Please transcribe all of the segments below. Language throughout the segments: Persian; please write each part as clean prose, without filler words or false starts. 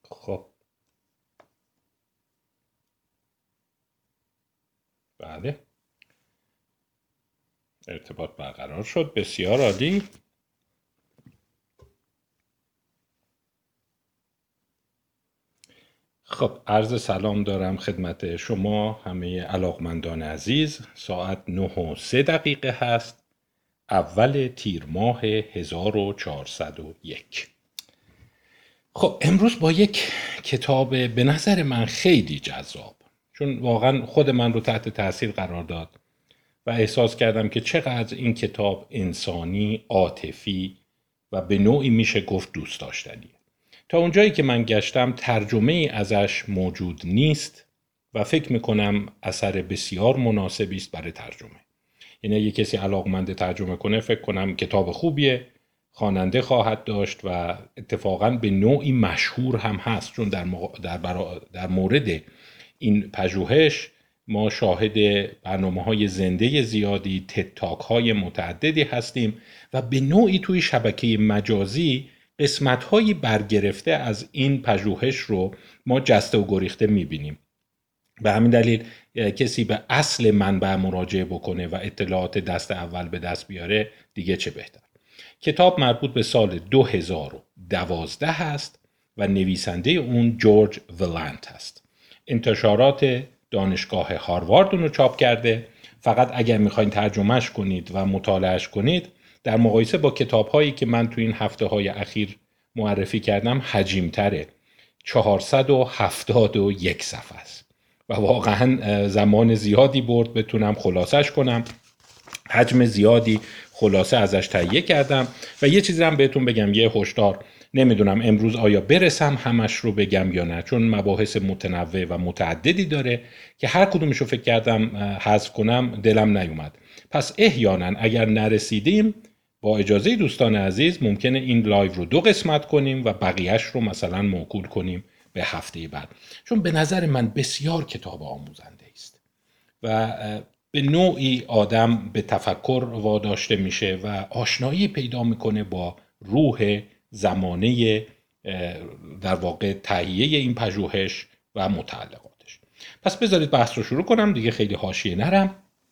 خب بله، ارتباط برقرار شد. بسیار عالی. خب عرض سلام دارم خدمت شما همه علاقمندان عزیز. ساعت 9:03 هست، اول تیر ماه 1401. خب امروز با یک کتاب به نظر من خیلی جذاب، چون واقعا خود من رو تحت تاثیر قرار داد و احساس کردم که چقدر این کتاب انسانی، عاطفی و به نوعی میشه گفت دوست داشتنیه. تا اونجایی که من گشتم ترجمه ای ازش موجود نیست و فکر میکنم اثر بسیار مناسبی است برای ترجمه. یعنی اگه کسی علاقمند ترجمه کنه فکر کنم کتاب خوبیه، خواننده خواهد داشت و اتفاقا به نوعی مشهور هم هست، چون در مورد این پژوهش ما شاهد برنامه‌های زنده زیادی، تتاک های متعددی هستیم و به نوعی توی شبکه مجازی قسمت‌هایی برگرفته از این پژوهش رو ما جسته و گریخته می‌بینیم. به همین دلیل کسی به اصل منبع مراجعه بکنه و اطلاعات دست اول به دست بیاره دیگه چه بهتر. کتاب مربوط به سال 2012 هست و نویسنده اون جورج ولانت هست. انتشارات دانشگاه هاروارد اون رو چاپ کرده. فقط اگر میخواین ترجمهش کنید و مطالعهش کنید، در مقایسه با کتاب هایی که من تو این هفته های اخیر معرفی کردم حجیم‌تره. 471 صفحه است و واقعا زمان زیادی برد بتونم خلاصش کنم. حجم زیادی خلاصه ازش تهیه کردم و یه چیزی هم بهتون بگم، یه هشدار. نمیدونم امروز آیا برسم همش رو بگم یا نه، چون مباحث متنوع و متعددی داره که هر کدومش رو فکر کردم حذف کنم دلم نیومد. پس احیانا اگر نرسیدیم با اجازه دوستان عزیز ممکنه این لایو رو 2 قسمت کنیم و بقیهش رو مثلا موکول کنیم به هفته بعد، چون به نظر من بسیار کتاب آموزنده است و به نوعی آدم به تفکر واداشته میشه و آشنایی پیدا میکنه با روح زمانه در واقع تهیه این پژوهش و متعلقاتش. پس بذارید بحث رو شروع کنم دیگه، خیلی حاشیه نرم.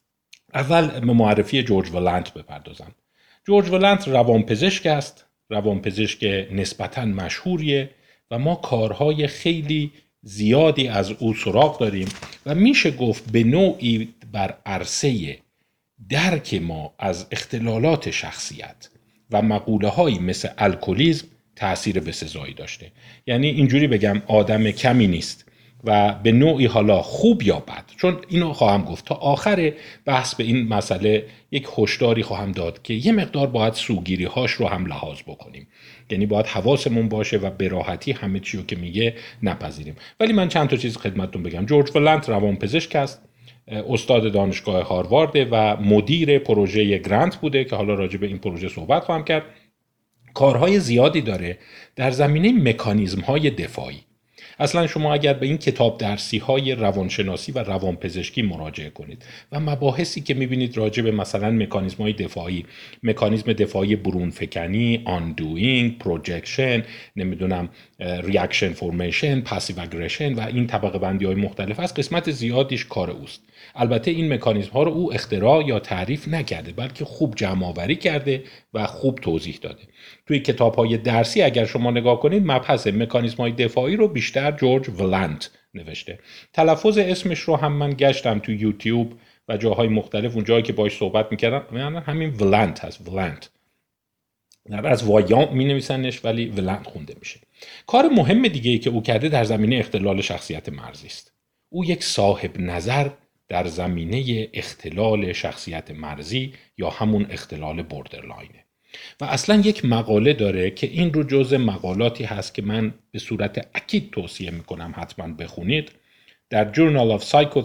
اول به معرفی جورج ولانت بپردازم. جورج ولانت روانپزشک است، روانپزشک نسبتاً مشهوریه و ما کارهای خیلی زیادی از او سراغ داریم و میشه گفت به نوعی بر عرصه درک ما از اختلالات شخصیت و مقوله هایی مثل الکلیسم تأثیر بسزایی داشته. یعنی اینجوری بگم آدم کمی نیست و به نوعی حالا خوب یا بد، چون اینو خواهم گفت تا آخر بحث به این مسئله یک هشداری خواهم داد که یه مقدار باید سوگیری هاش رو هم لحاظ بکنیم. یعنی باید حواسمون باشه و به راحتی همه چی رو که میگه نپذیریم. ولی من چند تا چیز خدمتتون بگم. جورج ولانت روانپزشک است، استاد دانشگاه هاروارد و مدیر پروژه گرانت بوده که حالا راجع به این پروژه صحبت خواهم کرد. کارهای زیادی داره در زمینه مکانیزم های دفاعی. اصلا شما اگر به این کتاب درسی های روانشناسی و روانپزشکی مراجعه کنید و مباحثی که میبینید راجع به مثلا مکانیزم های دفاعی، مکانیزم دفاعی برون فکنی، آندوینگ، پروجکشن، نمیدونم ریاکشن فورمیشن، پاسیو اگریشن و این طبقه بندی های مختلف است، قسمت زیادیش کار اوست. البته این مکانیزم ها رو او اختراع یا تعریف نکرده، بلکه خوب جمع آوری کرده و خوب توضیح داده. توی کتاب‌های درسی اگر شما نگاه کنید مبحث مکانیزم‌های دفاعی رو بیشتر جورج ولانت نوشته. تلفظ اسمش رو هم من گشتم تو یوتیوب و جاهای مختلف، اون جایی که باهاش صحبت می‌کردم همین ولانت هست. ولانت از وایان می‌نویسنش ولی ولانت خونده میشه. کار مهم دیگه ای که او کرده در زمینه اختلال شخصیت مرزی است. او یک صاحب نظر در زمینه اختلال شخصیت مرزی یا همون اختلال بوردرلاینه و اصلا یک مقاله داره که این رو جزء مقالاتی هست که من به صورت اکید توصیه میکنم حتما بخونید. در Journal of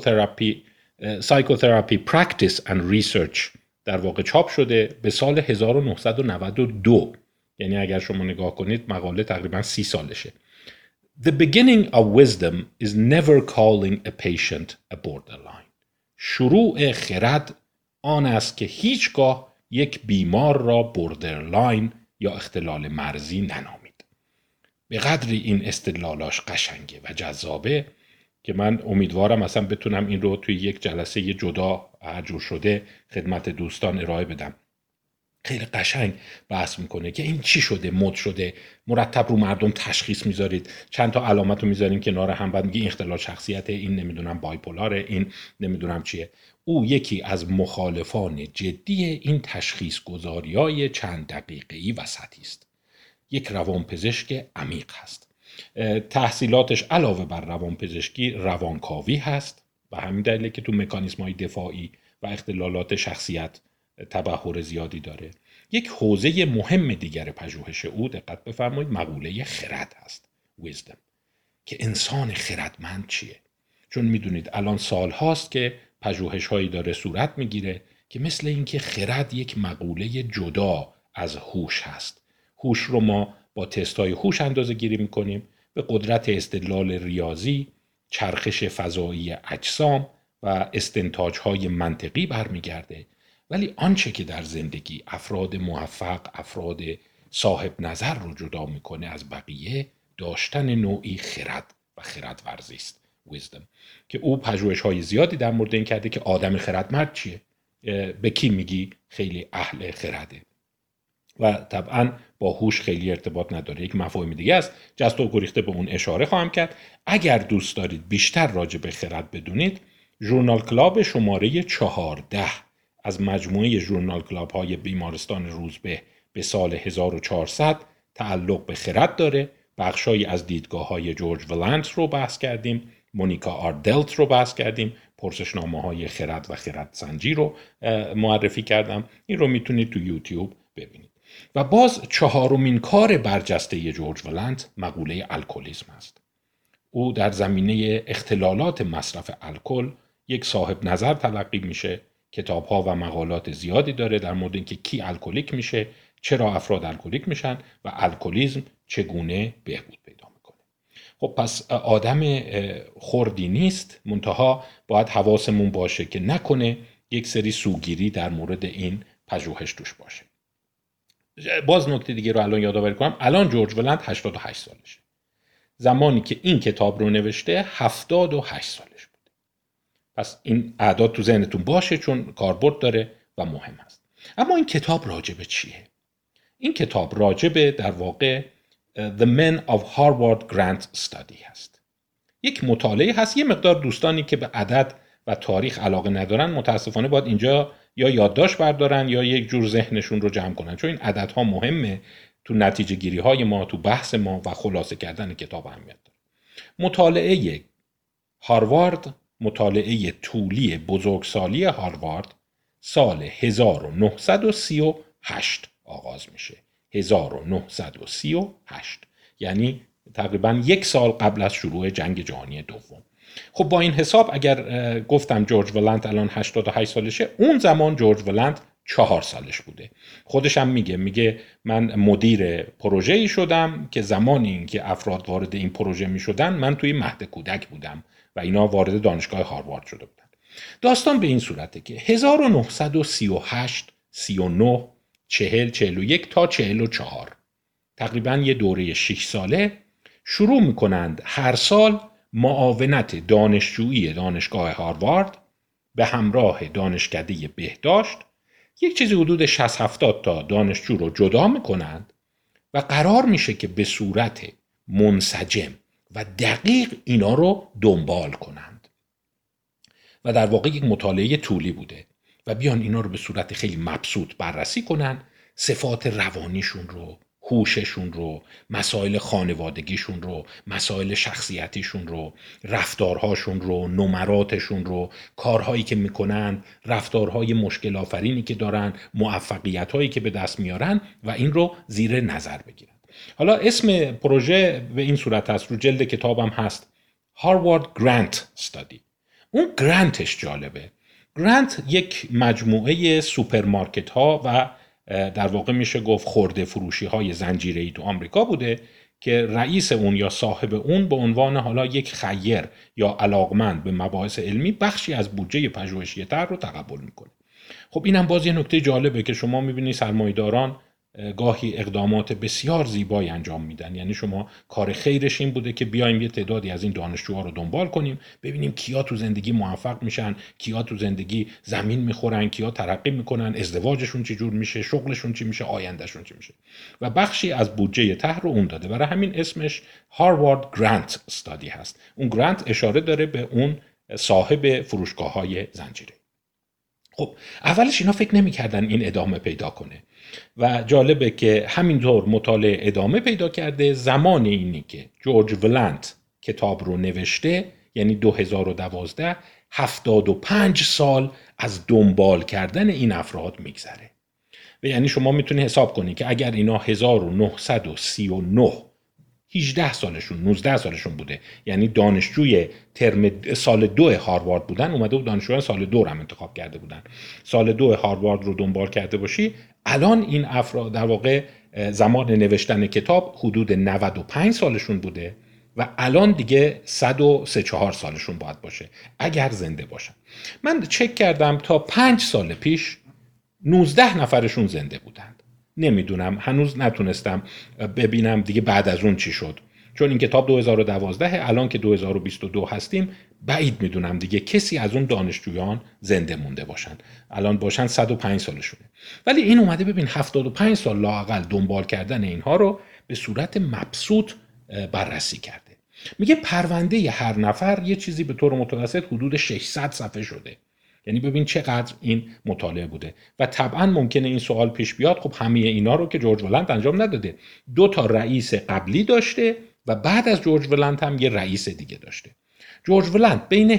Psychotherapy Practice and Research در واقع چاپ شده به سال 1992. یعنی اگر شما نگاه کنید مقاله تقریبا 30 سالشه. The beginning of wisdom is never calling a patient a borderline. شروع خرد آن است که هیچگاه یک بیمار را بوردرلاین یا اختلال مرزی ننامید. به قدری این استدلالاش قشنگه و جذابه که من امیدوارم اصلا بتونم این رو توی یک جلسه جدا هر جور شده خدمت دوستان ارائه بدم. خیلی قشنگ بحث میکنه که این چی شده، مد شده، مرتب رو مردم تشخیص میذارید، چند تا علامت رو میذاریم کنار هم، بعد میگه این اختلال شخصیت، این نمیدونم بایپولاره، این نمیدونم چیه. او یکی از مخالفان جدی این تشخیص گذاریای چند دقیقه‌ای و سطحی است. یک روانپزشک عمیق هست. تحصیلاتش علاوه بر روانپزشکی روانکاوی هست و همین دلیله که تو مکانیزم‌های دفاعی و اختلالات شخصیت تبحر زیادی داره. یک حوزه مهم دیگر پژوهش او، دقت بفرمایید، مقوله خرد هست، wisdom، که انسان خردمند چیه. چون میدونید الان سال هاست که پژوهش هایی داره صورت میگیره که مثل اینکه خرد یک مقوله جدا از هوش هست. هوش رو ما با تست‌های هوش اندازه گیری میکنیم، به قدرت استدلال ریاضی، چرخش فضایی اجسام و استنتاج‌های منطقی برمیگرده. ولی آنچه که در زندگی افراد موفق، افراد صاحب نظر رو جدا میکنه از بقیه، داشتن نوعی خرد و خرد ورزی است، wisdom، که او پژوهش‌های زیادی در مورد این کرده که آدم خردمند چیه، به کی میگی خیلی اهل خرده، و طبعا با هوش خیلی ارتباط نداره، یک مفاهیم دیگه است. جست و گریخته به اون اشاره خواهم کرد. اگر دوست دارید بیشتر راجع به خرد بدونید، ژورنال کلاب شماره 14 از مجموعه ژورنال کلاب های بیمارستان روزبه به سال 1400 تعلق به خرد داره. بخشایی از دیدگاه های جورج ولانت رو بحث کردیم، مونیکا آردلت رو بحث کردیم، پرسشنامه های خرد و خرد سنجی رو معرفی کردم. این رو میتونید تو یوتیوب ببینید. و باز چهارمین کار برجسته جورج ولانت مقوله الکلیسم است. او در زمینه اختلالات مصرف الکل یک صاحب نظر تلقی میشه، کتاب‌ها و مقالات زیادی داره در مورد اینکه کی الکلیک میشه، چرا افراد الکلیک میشن و الکلیسم چگونه بهبود پیدا میکنه. خب پس آدم خردی نیست، منتها باید حواسمون باشه که نکنه یک سری سوگیری در مورد این پژوهش توش باشه. باز نکته دیگه رو الان یادآوری کنم، الان جورج ولانت 88 سالشه. زمانی که این کتاب رو نوشته 78 سالش بود. پس این اعداد تو ذهنتون باشه چون کاربرد داره و مهم است. اما این کتاب راجب چیه؟ این کتاب راجب در واقع The Men of Harvard Grant Study هست. یک مطالعه هست. یه مقدار دوستانی که به عدد و تاریخ علاقه ندارن متاسفانه باید اینجا یا یادداشت بردارن یا یک جور ذهنشون رو جمع کنن، چون این عددها مهمه تو نتیجه گیری های ما، تو بحث ما و خلاصه کردن کتاب اهمیت داره. مطالعه هاروارد، مطالعه طولی بزرگسالی هاروارد، سال 1938 آغاز میشه. 1938 یعنی تقریبا یک سال قبل از شروع جنگ جهانی دوم. خب با این حساب اگر گفتم جورج ولانت الان 88 سالشه، اون زمان جورج ولانت 4 سالش بوده. خودش هم میگه من مدیر پروژه‌ای شدم که زمانی این که افراد وارد این پروژه میشدن من توی مهد کودک بودم و اینا وارد دانشگاه هاروارد شده بودن. داستان به این صورته که 1938 39 40 41 تا 44 تقریبا یه دوره 6 ساله شروع میکنند هر سال معاونت دانشجویی دانشگاه هاروارد به همراه دانشکده بهداشت یک چیزی حدود 60-70 تا دانشجو رو جدا میکنند و قرار میشه که به صورت منسجم و دقیق اینا رو دنبال کنند و در واقع یک مطالعه طولی بوده و بیان اینا رو به صورت خیلی مبسوط بررسی کنن، صفات روانیشون رو، هوششون رو، مسائل خانوادگیشون رو، مسائل شخصیتیشون رو، رفتارهاشون رو، نمراتشون رو، کارهایی که میکنن، رفتارهای مشکل آفرینی که دارن، موفقیتهایی که به دست میارن و این رو زیر نظر بگیرن. حالا اسم پروژه به این صورت هست، رو جلد کتابم هست، هاروارد گرانت استادی. اون گرانتش جالبه. گرانت یک مجموعه سوپرمارکت ها و در واقع میشه گفت خرده فروشی های زنجیره‌ای تو آمریکا بوده که رئیس اون یا صاحب اون به عنوان حالا یک خیر یا علاقمند به مباحث علمی بخشی از بودجه پژوهشی طرح رو تقبل میکنه. خب اینم باز یه نکته جالبه که شما میبینی سرمایه‌داران گاهی اقدامات بسیار زیبایی انجام میدن. یعنی شما کار خیرش این بوده که بیایم یه تعدادی از این دانشجوها رو دنبال کنیم، ببینیم کیا تو زندگی موفق میشن، کیا تو زندگی زمین میخورن، کیا ترقی میکنن، ازدواجشون چی جور میشه، شغلشون چی میشه، آیندهشون چی میشه. و بخشی از بودجه طرح رو اون داده. برای همین اسمش هاروارد گرانت استادی هست. اون گرانت اشاره داره به اون صاحب فروشگاه‌های زنجیره. خب اولش اینا فکر نمی‌کردن این ادامه پیدا کنه و جالبه که همینطور مطالعه ادامه پیدا کرده. زمان اینی که جورج ولنت کتاب رو نوشته، یعنی 2012، 75 سال از دنبال کردن این افراد میگذره. و یعنی شما میتونید حساب کنید که اگر اینا 1939 18 سالشون 19 سالشون بوده، یعنی دانشجوی ترم سال 2 هاروارد بودن، اومده بود دانشجویان سال 2 رو هم انتخاب کرده بودن، سال 2 هاروارد رو دنبال کرده باشی، الان این افراد در واقع زمان نوشتن کتاب حدود 95 سالشون بوده و الان دیگه 103-4 سالشون باید باشه اگر زنده باشن. من چک کردم تا 5 سال پیش 19 نفرشون زنده بودند. نمیدونم، هنوز نتونستم ببینم دیگه بعد از اون چی شد، چون این کتاب 2012، الان که 2022 هستیم بعید میدونم دیگه کسی از اون دانشجویان زنده مونده باشن. الان باشن 105 سالشونه. ولی این اومده ببین 75 سال لااقل دنبال کردن اینها رو به صورت مبسوط بررسی کرده. میگه پرونده هر نفر یه چیزی به طور متوسط حدود 600 صفحه شده. یعنی ببین چقدر این مطالعه بوده. و طبعا ممکنه این سوال پیش بیاد، خب همه اینا رو که جورج ولنت انجام نداده، 2 تا رئیس قبلی داشته و بعد از جورج ولنت هم یه رئیس دیگه داشته. جورج ولنت بین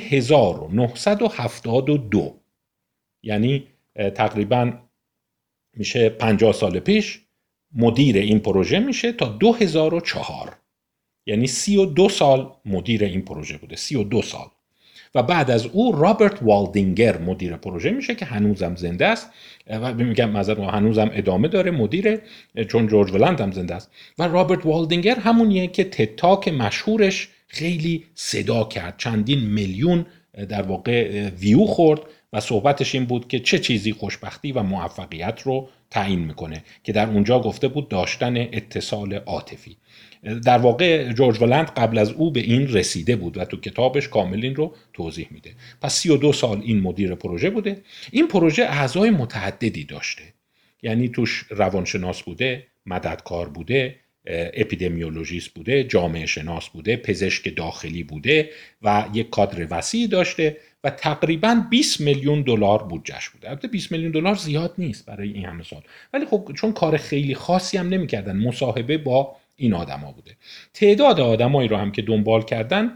1972 یعنی تقریبا میشه 50 سال پیش مدیر این پروژه میشه تا 2004، یعنی 32 سال مدیر این پروژه بوده، 32 سال. و بعد از او رابرت والدینگر مدیر پروژه میشه که هنوزم زنده است و میگم هنوزم ادامه داره مدیره، چون جورج ولنت هم زنده است. و رابرت والدینگر همونیه که تتاک مشهورش خیلی صدا کرد، چندین میلیون در واقع ویو خورد و صحبتش این بود که چه چیزی خوشبختی و موفقیت رو تعیین میکنه، که در اونجا گفته بود داشتن اتصال عاطفی. در واقع جورج ولنت قبل از او به این رسیده بود و تو کتابش کامل این رو توضیح میده. پس 32 سال این مدیر پروژه بوده. این پروژه اعضای متعددی داشته، یعنی توش روانشناس بوده، مددکار بوده، اپیدمیولوژیست بوده، جامعه شناس بوده، پزشک داخلی بوده و یک کادر وسیع داشته و تقریباً 20 میلیون دلار بودجهش بوده. البته 20 میلیون دلار زیاد نیست برای این همه سال، ولی خب چون کار خیلی خاصی هم نمی‌کردن، مصاحبه با این آدما بوده. تعداد آدمایی رو هم که دنبال کردن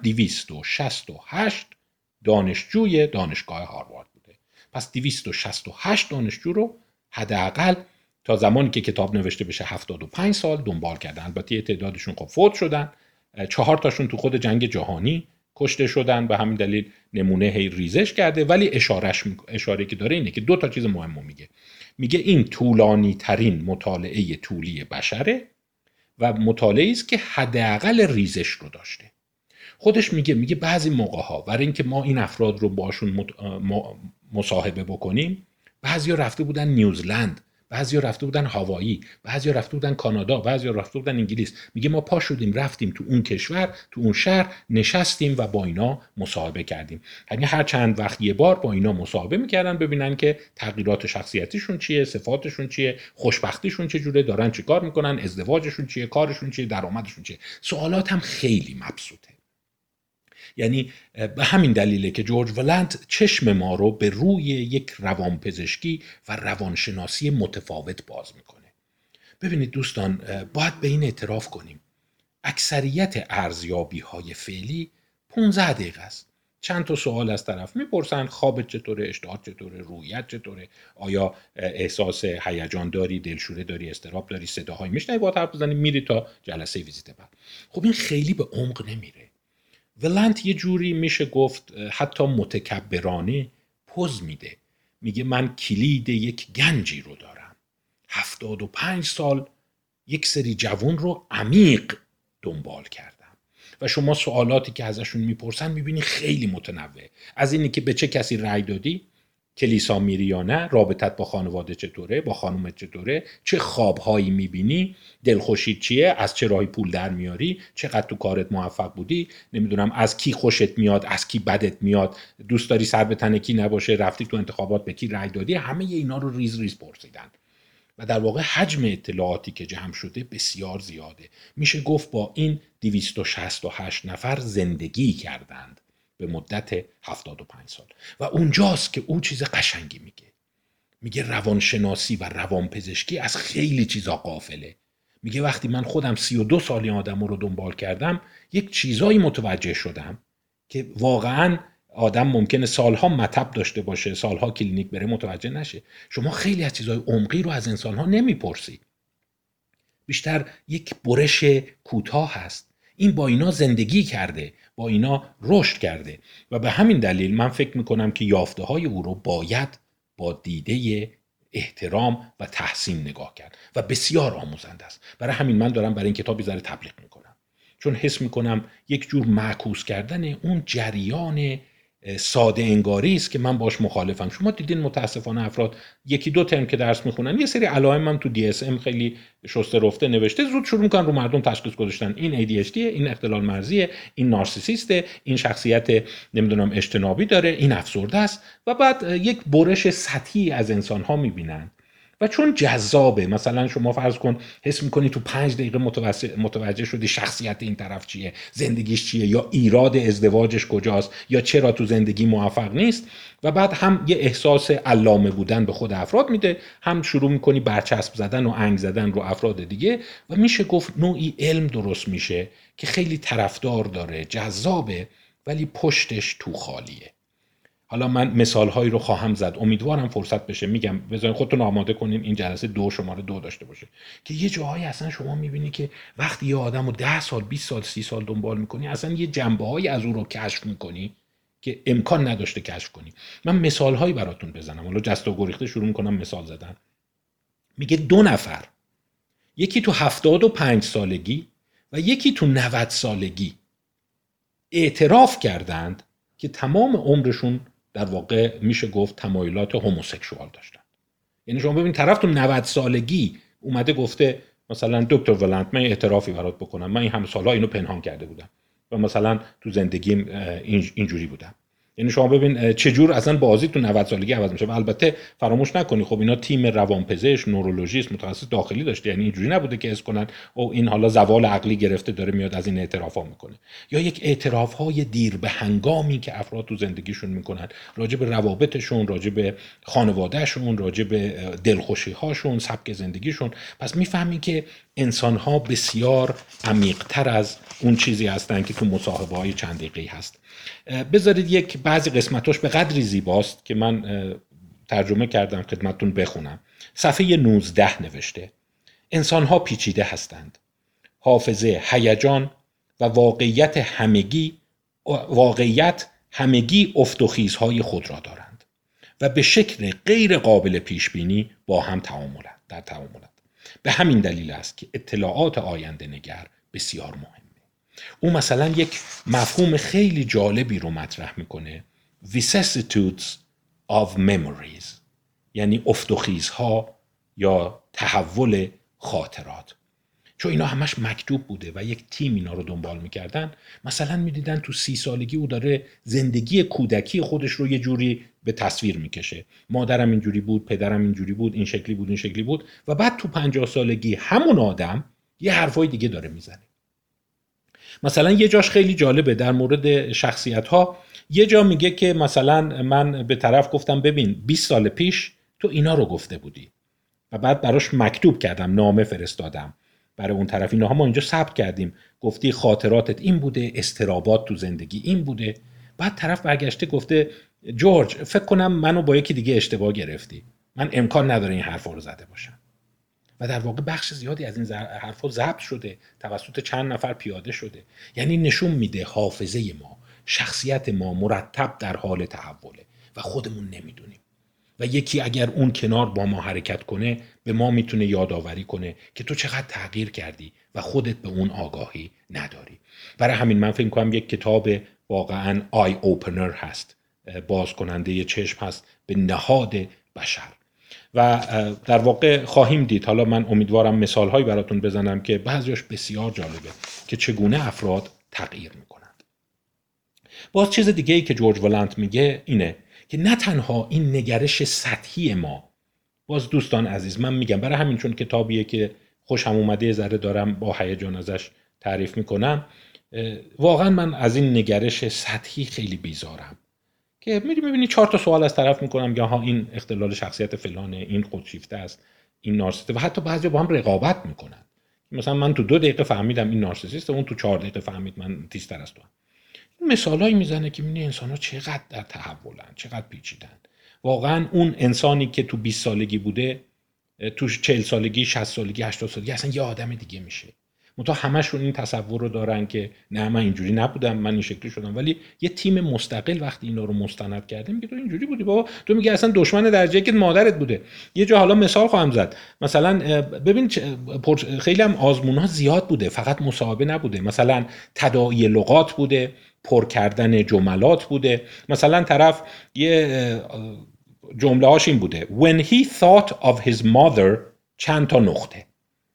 268 دانشجوی دانشگاه هاروارد بوده. پس 268 دانشجو رو حداقل تا زمانی که کتاب نوشته بشه 75 سال دنبال کردن. البته یه تعدادشون خب فوت شدن، 4 تاشون تو خود جنگ جهانی کشته شدن، به همین دلیل نمونه هی ریزش کرده. ولی اشاره که داره اینه که 2 تا چیز مهم میگه این طولانی ترین مطالعه طولی بشره و مطالعه است که حداقل ریزش رو داشته. خودش میگه بعضی موقع‌ها برای اینکه ما این افراد رو باشون مصاحبه بکنیم، بعضیا رفته بودن نیوزلند، بعضیا رفته بودن هاوایی، بعضیا رفته بودن کانادا، بعضیا رفته بودن انگلیس. میگه ما پا شدیم رفتیم تو اون کشور، تو اون شهر نشستیم و با اینا مصاحبه کردیم. یعنی هر چند وقت یه بار با اینا مصاحبه میکردن ببینن که تغییرات شخصیتیشون چیه، صفاتشون چیه، خوشبختیشون چجوره، دارن چیکار میکنن، ازدواجشون چیه، کارشون چیه، درآمدشون چیه. سوالات هم خیلی مبسوطه. یعنی به همین دلیله که جورج ولنت چشم ما رو به روی یک روانپزشکی و روانشناسی متفاوت باز میکنه. ببینید دوستان، باید به این اعتراف کنیم اکثریت ارزیابی‌های فعلی 15 دقیقه است. چند تا سوال از طرف میپرسن، خوابت چطوره، اشتهات چطوره، روحیت چطوره، آیا احساس هیجان داری، دلشوره داری، اضطراب داری، صداهایی میشنوی، با حرف بزنی، میری تا جلسه ویزیت بعد. خب این خیلی به عمق نمیره. ولنت یه جوری میشه گفت حتی متکبرانه پوز میده، میگه من کلید یک گنجی رو دارم. 75 سال یک سری جوان رو عمیق دنبال کردم و شما سوالاتی که ازشون میپرسن میبینی خیلی متنوع. از اینی که به چه کسی رأی دادی، کلیسا میری یا نه، رابطت با خانواده چطوره، با خانومت چطوره، چه خوابهایی میبینی، دلخوشی چیه، از چه راهی پول در میاری، چقدر تو کارت موفق بودی، نمیدونم از کی خوشت میاد، از کی بدت میاد، دوست داری سر به تن کی نباشه، رفتی تو انتخابات به کی رأی دادی. همه اینا رو ریز ریز پرسیدن و در واقع حجم اطلاعاتی که جمع شده بسیار زیاده. میشه گفت با این 268 نفر زندگی کردند به مدت 75 سال و اونجاست که اون چیز قشنگی میگه روانشناسی و روانپزشکی از خیلی چیزا غافله. میگه وقتی من خودم 32 سال این آدم رو دنبال کردم یک چیزایی متوجه شدم که واقعاً آدم ممکنه سالها مطب داشته باشه، سالها کلینیک بره، متوجه نشه. شما خیلی از چیزهای عمقی رو از انسانها نمیپرسی، بیشتر یک برش کوتاه هست. این با اینا زندگی کرده، با اینا رشد کرده و به همین دلیل من فکر میکنم که یافته های او رو باید با دیده احترام و تحسین نگاه کرد و بسیار آموزنده است. برای همین من دارم برای این کتاب بی‌ذره تبلیغ میکنم، چون حس میکنم یک جور معکوس کردن اون جریان ساده انگاری است که من باش مخالفم. شما دیدین متاسفانه افراد یکی دو ترم که درس میخونن یه سری علائم هم تو DSM خیلی شسته رفته نوشته، زود شروع میکنن رو مردم تشخیص گذاشتن، این ADHD، این اختلال مرزیه، این نارسیسیسته، این شخصیت نمیدونم اجتنابی داره، این افسرده است و بعد یک برش سطحی از انسان ها میبینن و چون جذابه. مثلا شما فرض کن حس میکنی تو 5 دقیقه متوجه شدی شخصیت این طرف چیه، زندگیش چیه، یا ایراد ازدواجش کجاست، یا چرا تو زندگی موفق نیست و بعد هم یه احساس علامه بودن به خود افراد میده، هم شروع میکنی برچسب زدن و انگ زدن رو افراد دیگه و میشه گفت نوعی علم درست میشه که خیلی طرفدار داره، جذابه، ولی پشتش تو خالیه. حالا من مثالهایی رو خواهم زد، امیدوارم فرصت بشه میگم، بذارین خودتون آماده کنین این جلسه شماره 2 داشته باشه که یه جاهایی اصلا شما میبینی که وقتی یه آدم رو 10 سال 20 سال 30 سال دنبال میکنی اصلا یه جنبه‌هایی از اون رو کشف میکنی که امکان نداشته کشف کنی. من مثالهایی براتون بزنم، حالا جست و گریخته شروع میکنم مثال زدن. میگه 2 نفر، یکی تو 75 سالگی و یکی تو 90 سالگی اعتراف کردند که تمام عمرشون در واقع میشه گفت تمایلات هوموسکسوال داشتن. یعنی شما ببین طرف تو 90 سالگی اومده گفته مثلا دکتر ولنت من اعترافی برات بکنم، من این همه سالها اینو پنهان کرده بودم و مثلا تو زندگیم اینجوری بودم. یعنی شما ببین چجور اصلا بازی تو 90 سالگی عوض میشه. و البته فراموش نکنی خب اینا تیم روانپزشک، نورولوژیست، متخصص داخلی داشته، یعنی اینجوری نبوده که حس کنن او این حالا زوال عقلی گرفته داره میاد از این اعترافا میکنه. یا یک اعترافهای دیر به هنگامی که افراد تو زندگیشون میکنن راجع به روابطشون، راجع به خانوادهشون، راجع به دلخوشی‌هاشون، سبک زندگیشون. پس میفهمی که انسان‌ها بسیار عمیق‌تر از اون چیزی هستن که تو مصاحبه‌های چند دقیقه‌ای هست. بذارید یک بعضی قسمتاش به قدری زیباست که من ترجمه کردم خدمتتون بخونم. صفحه 19 نوشته: انسان‌ها پیچیده هستند. حافظه، هیجان و واقعیت همگی افت و خیزهای خود را دارند و به شکل غیر قابل پیش بینی با هم در تعاملند. به همین دلیل است که اطلاعات آینده نگر بسیار مهمه. او مثلا یک مفهوم خیلی جالبی رو مطرح میکنه، vicissitudes of memories، یعنی افت و خیزها یا تحول خاطرات. چون اینا همش مکتوب بوده و یک تیم اینا رو دنبال میکردن، مثلا میدیدن تو 30 سالگی او داره زندگی کودکی خودش رو یه جوری به تصویر میکشه، مادرم اینجوری بود، پدرم اینجوری بود، این شکلی بود، این شکلی بود، و بعد تو 50 سالگی همون آدم یه حرفای دیگه داره میزنه. مثلا یه جاش خیلی جالبه در مورد شخصیت ها، یه جا میگه که مثلا من به طرف گفتم ببین 20 سال پیش تو اینا رو گفته بودی و بعد براش مکتوب کردم، نامه فرستادم برای اون طرف، اینها ما اینجا ثبت کردیم، گفتی خاطراتت این بوده، استرابات تو زندگی این بوده. بعد طرف برگشته گفته جورج فکر کنم منو با یکی دیگه اشتباه گرفتی، من امکان نداره این حرفا رو زده باشم. و در واقع بخش زیادی از این حرفا ضبط شده، توسط چند نفر پیاده شده. یعنی نشون میده حافظه ما، شخصیت ما مرتب در حال تحوله و خودمون نمیدونیم. و یکی اگر اون کنار با ما حرکت کنه به ما میتونه یادآوری کنه که تو چقدر تغییر کردی و خودت به اون آگاهی نداری. برای همین من فکر کنم یک کتاب واقعا آی اوپنر هست باز کننده چشم هست به نهاد بشر. و در واقع خواهیم دید، حالا من امیدوارم مثالهایی براتون بزنم که بعضیش بسیار جالبه که چگونه افراد تغییر میکنند. باز چیز دیگه ای که جورج ولنت میگه اینه که نه تنها این نگرش سطحی ما، باز دوستان عزیز من میگم برای همین چون کتابیه که خوشم اومده ذره دارم با هیجان ازش تعریف میکنم، واقعا من از این نگرش سطحی خیلی بیزارم که میبینی 4 تا سوال از طرف میکنم که ها این اختلال شخصیت فلانه، این خودشیفته است، این نارسیسته، و حتی بعضی با هم رقابت میکنن. مثلا من تو 2 دقیقه فهمیدم این نارسیسیسته، اون تو 4 دقیقه فهمید من تیزتر از تو هم. این مثالایی میزنه که میبینی انسان‌ها چقدر در تحولن، چقدر پیچیدن. واقعا اون انسانی که تو 20 سالگی بوده تو 40 سالگی، 60 سالگی، 80 سالگی اصلا یه آدم دیگه میشه. منتها همشون این تصور رو دارن که نه من اینجوری نبودم، من این شکلی شدم. ولی یه تیم مستقل وقتی اینا رو مستند کرده میگه تو اینجوری بودی بابا، تو میگه اصلا دشمن درجه که مادرت بوده. یه جا حالا مثال خواهم زد، مثلا ببین خیلی هم آزمون‌ها زیاد بوده، فقط مصاحبه نبوده، مثلا تداعی لغات بوده، پر کردن جملات بوده. مثلا طرف یه جمله هاش این بوده when he thought of his mother چند تا نقطه.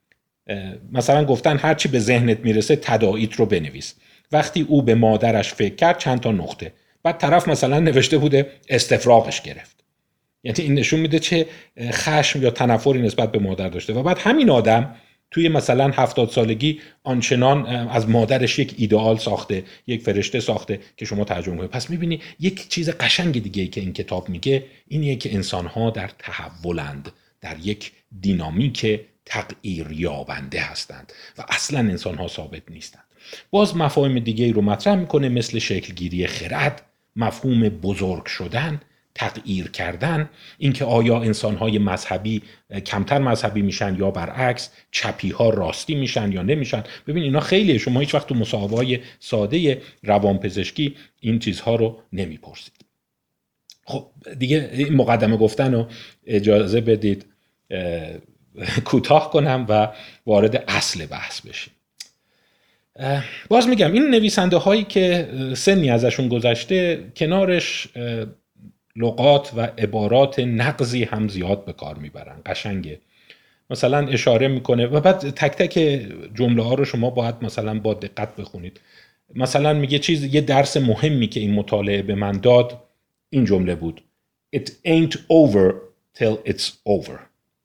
مثلا گفتن هرچی به ذهنت میرسه تداعیت رو بنویس. وقتی او به مادرش فکر کرد چند تا نقطه. بعد طرف مثلا نوشته بوده استفراغش گرفت. یعنی این نشون میده چه خشم یا تنفری نسبت به مادر داشته. و بعد همین آدم توی مثلا 70 سالگی آنچنان از مادرش یک ایدئال ساخته، یک فرشته ساخته که شما ترجمه کنید. پس میبینی یک چیز قشنگ دیگه ای که این کتاب میگه اینیه که انسان‌ها در تحولند، در یک دینامیک تغییر یابنده هستند و اصلا انسان‌ها ثابت نیستند. باز مفاهیم دیگه رو مطرح میکنه مثل شکلگیری خرد، مفهوم بزرگ شدن، تغییر کردن، اینکه آیا انسان‌های مذهبی کمتر مذهبی میشن یا برعکس، چپی‌ها راستی میشن یا نمیشن. ببین اینا خیلی، شما هیچ وقت تو مصاحبه‌های ساده روانپزشکی این چیزها رو نمیپرسید. خب دیگه این مقدمه گفتن رو اجازه بدید کوتاه کنم و وارد اصل بحث بشیم. باز میگم این نویسنده هایی که سنی ازشون گذشته کنارش لغات و عبارات نقضی هم زیاد به کار میبرن. قشنگه، مثلا اشاره میکنه و بعد تک تک جمله ها رو شما باید مثلا با دقت بخونید. مثلا میگه یه درس مهمی که این مطالعه به من داد این جمله بود It ain't over till it's over.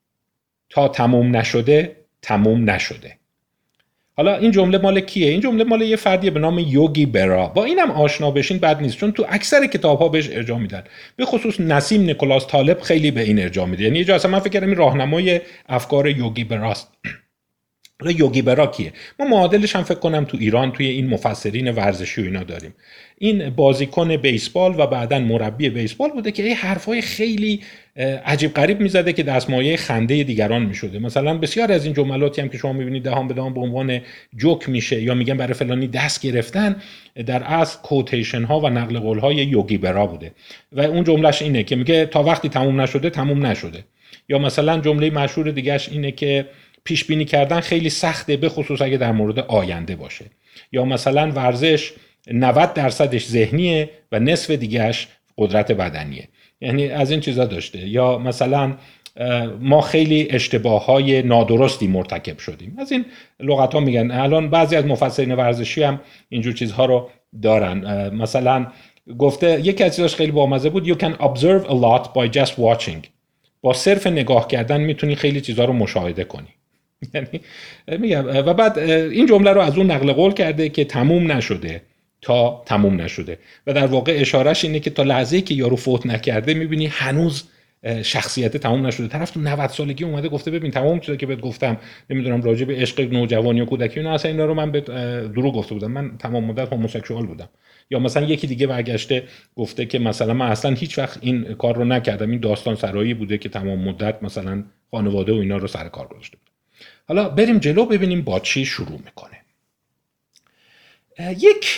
تا تموم نشده تموم نشده. حالا این جمله مال کیه؟ این جمله مال یه فردیه به نام یوگی برا. با اینم آشنا بشین بد نیست چون تو اکثر کتاب‌ها بهش ارجاع میدن. به خصوص نسیم نیکولاس طالب خیلی به این ارجاع میده. یعنی یه جا اصلا من فکر کردم این راهنمای افکار یوگی براست. حالا یوگی برا کیه؟ ما معادلش هم فکر کنم تو ایران توی این مفسرین ورزشی و اینا داریم. این بازیکن بیسبال و بعداً مربی بیسبال بوده که این حرفای خیلی عجیب غریب میزده که دستمایه خنده دیگران میشده. مثلا بسیار از این جملاتی هم که شما میبینید دهان به دهان به عنوان جوک میشه یا میگن برای فلانی دست گرفتن، در اصل کوتیشن ها و نقل قول های یوگی برا بوده. و اون جملهش اینه که میگه تا وقتی تموم نشده تموم نشده. یا مثلا جمله مشهور دیگه‌اش اینه که پیش بینی کردن خیلی سخته، به خصوص اگه در مورد آینده باشه. یا مثلا ورزش 90% ذهنیه و نصف دیگهش قدرت بدنیه. یعنی از این چیزا داشته. یا مثلا ما خیلی اشتباههای نادرستی مرتکب شدیم. از این لغت ها میگن. الان بعضی از مفسرین ورزشی هم اینجور چیزها رو دارن. مثلا گفته یکی از چیزاش خیلی بامزه بود You can observe a lot by just watching. با صرف نگاه کردن میتونی خیلی چیزها رو مشاهده کنی. یعنی میگم. و بعد این جمله رو از اون نقل قول کرده که تموم نشده تا تموم نشده و در واقع اشارهش اینه که تا لحظه‌ای که یارو فوت نکرده میبینی هنوز شخصیت تموم نشده. طرف تو 90 سالگی اومده گفته ببین تمام چیزا که بهت گفتم نمیدونم راجع به عشق نوجوانی و کودکی اینا اصلا اینا رو من به دروغ گفته بودم، من تمام مدت هوموسکسوال بودم. یا مثلا یکی دیگه برگشته گفته که مثلا من اصلا هیچ وقت این کار رو نکردم، این داستان سرایی بوده که تمام مدت مثلا خانواده و اینا رو سر کار گذاشته بود. حالا بریم جلو ببینیم با چی شروع میکنه. یک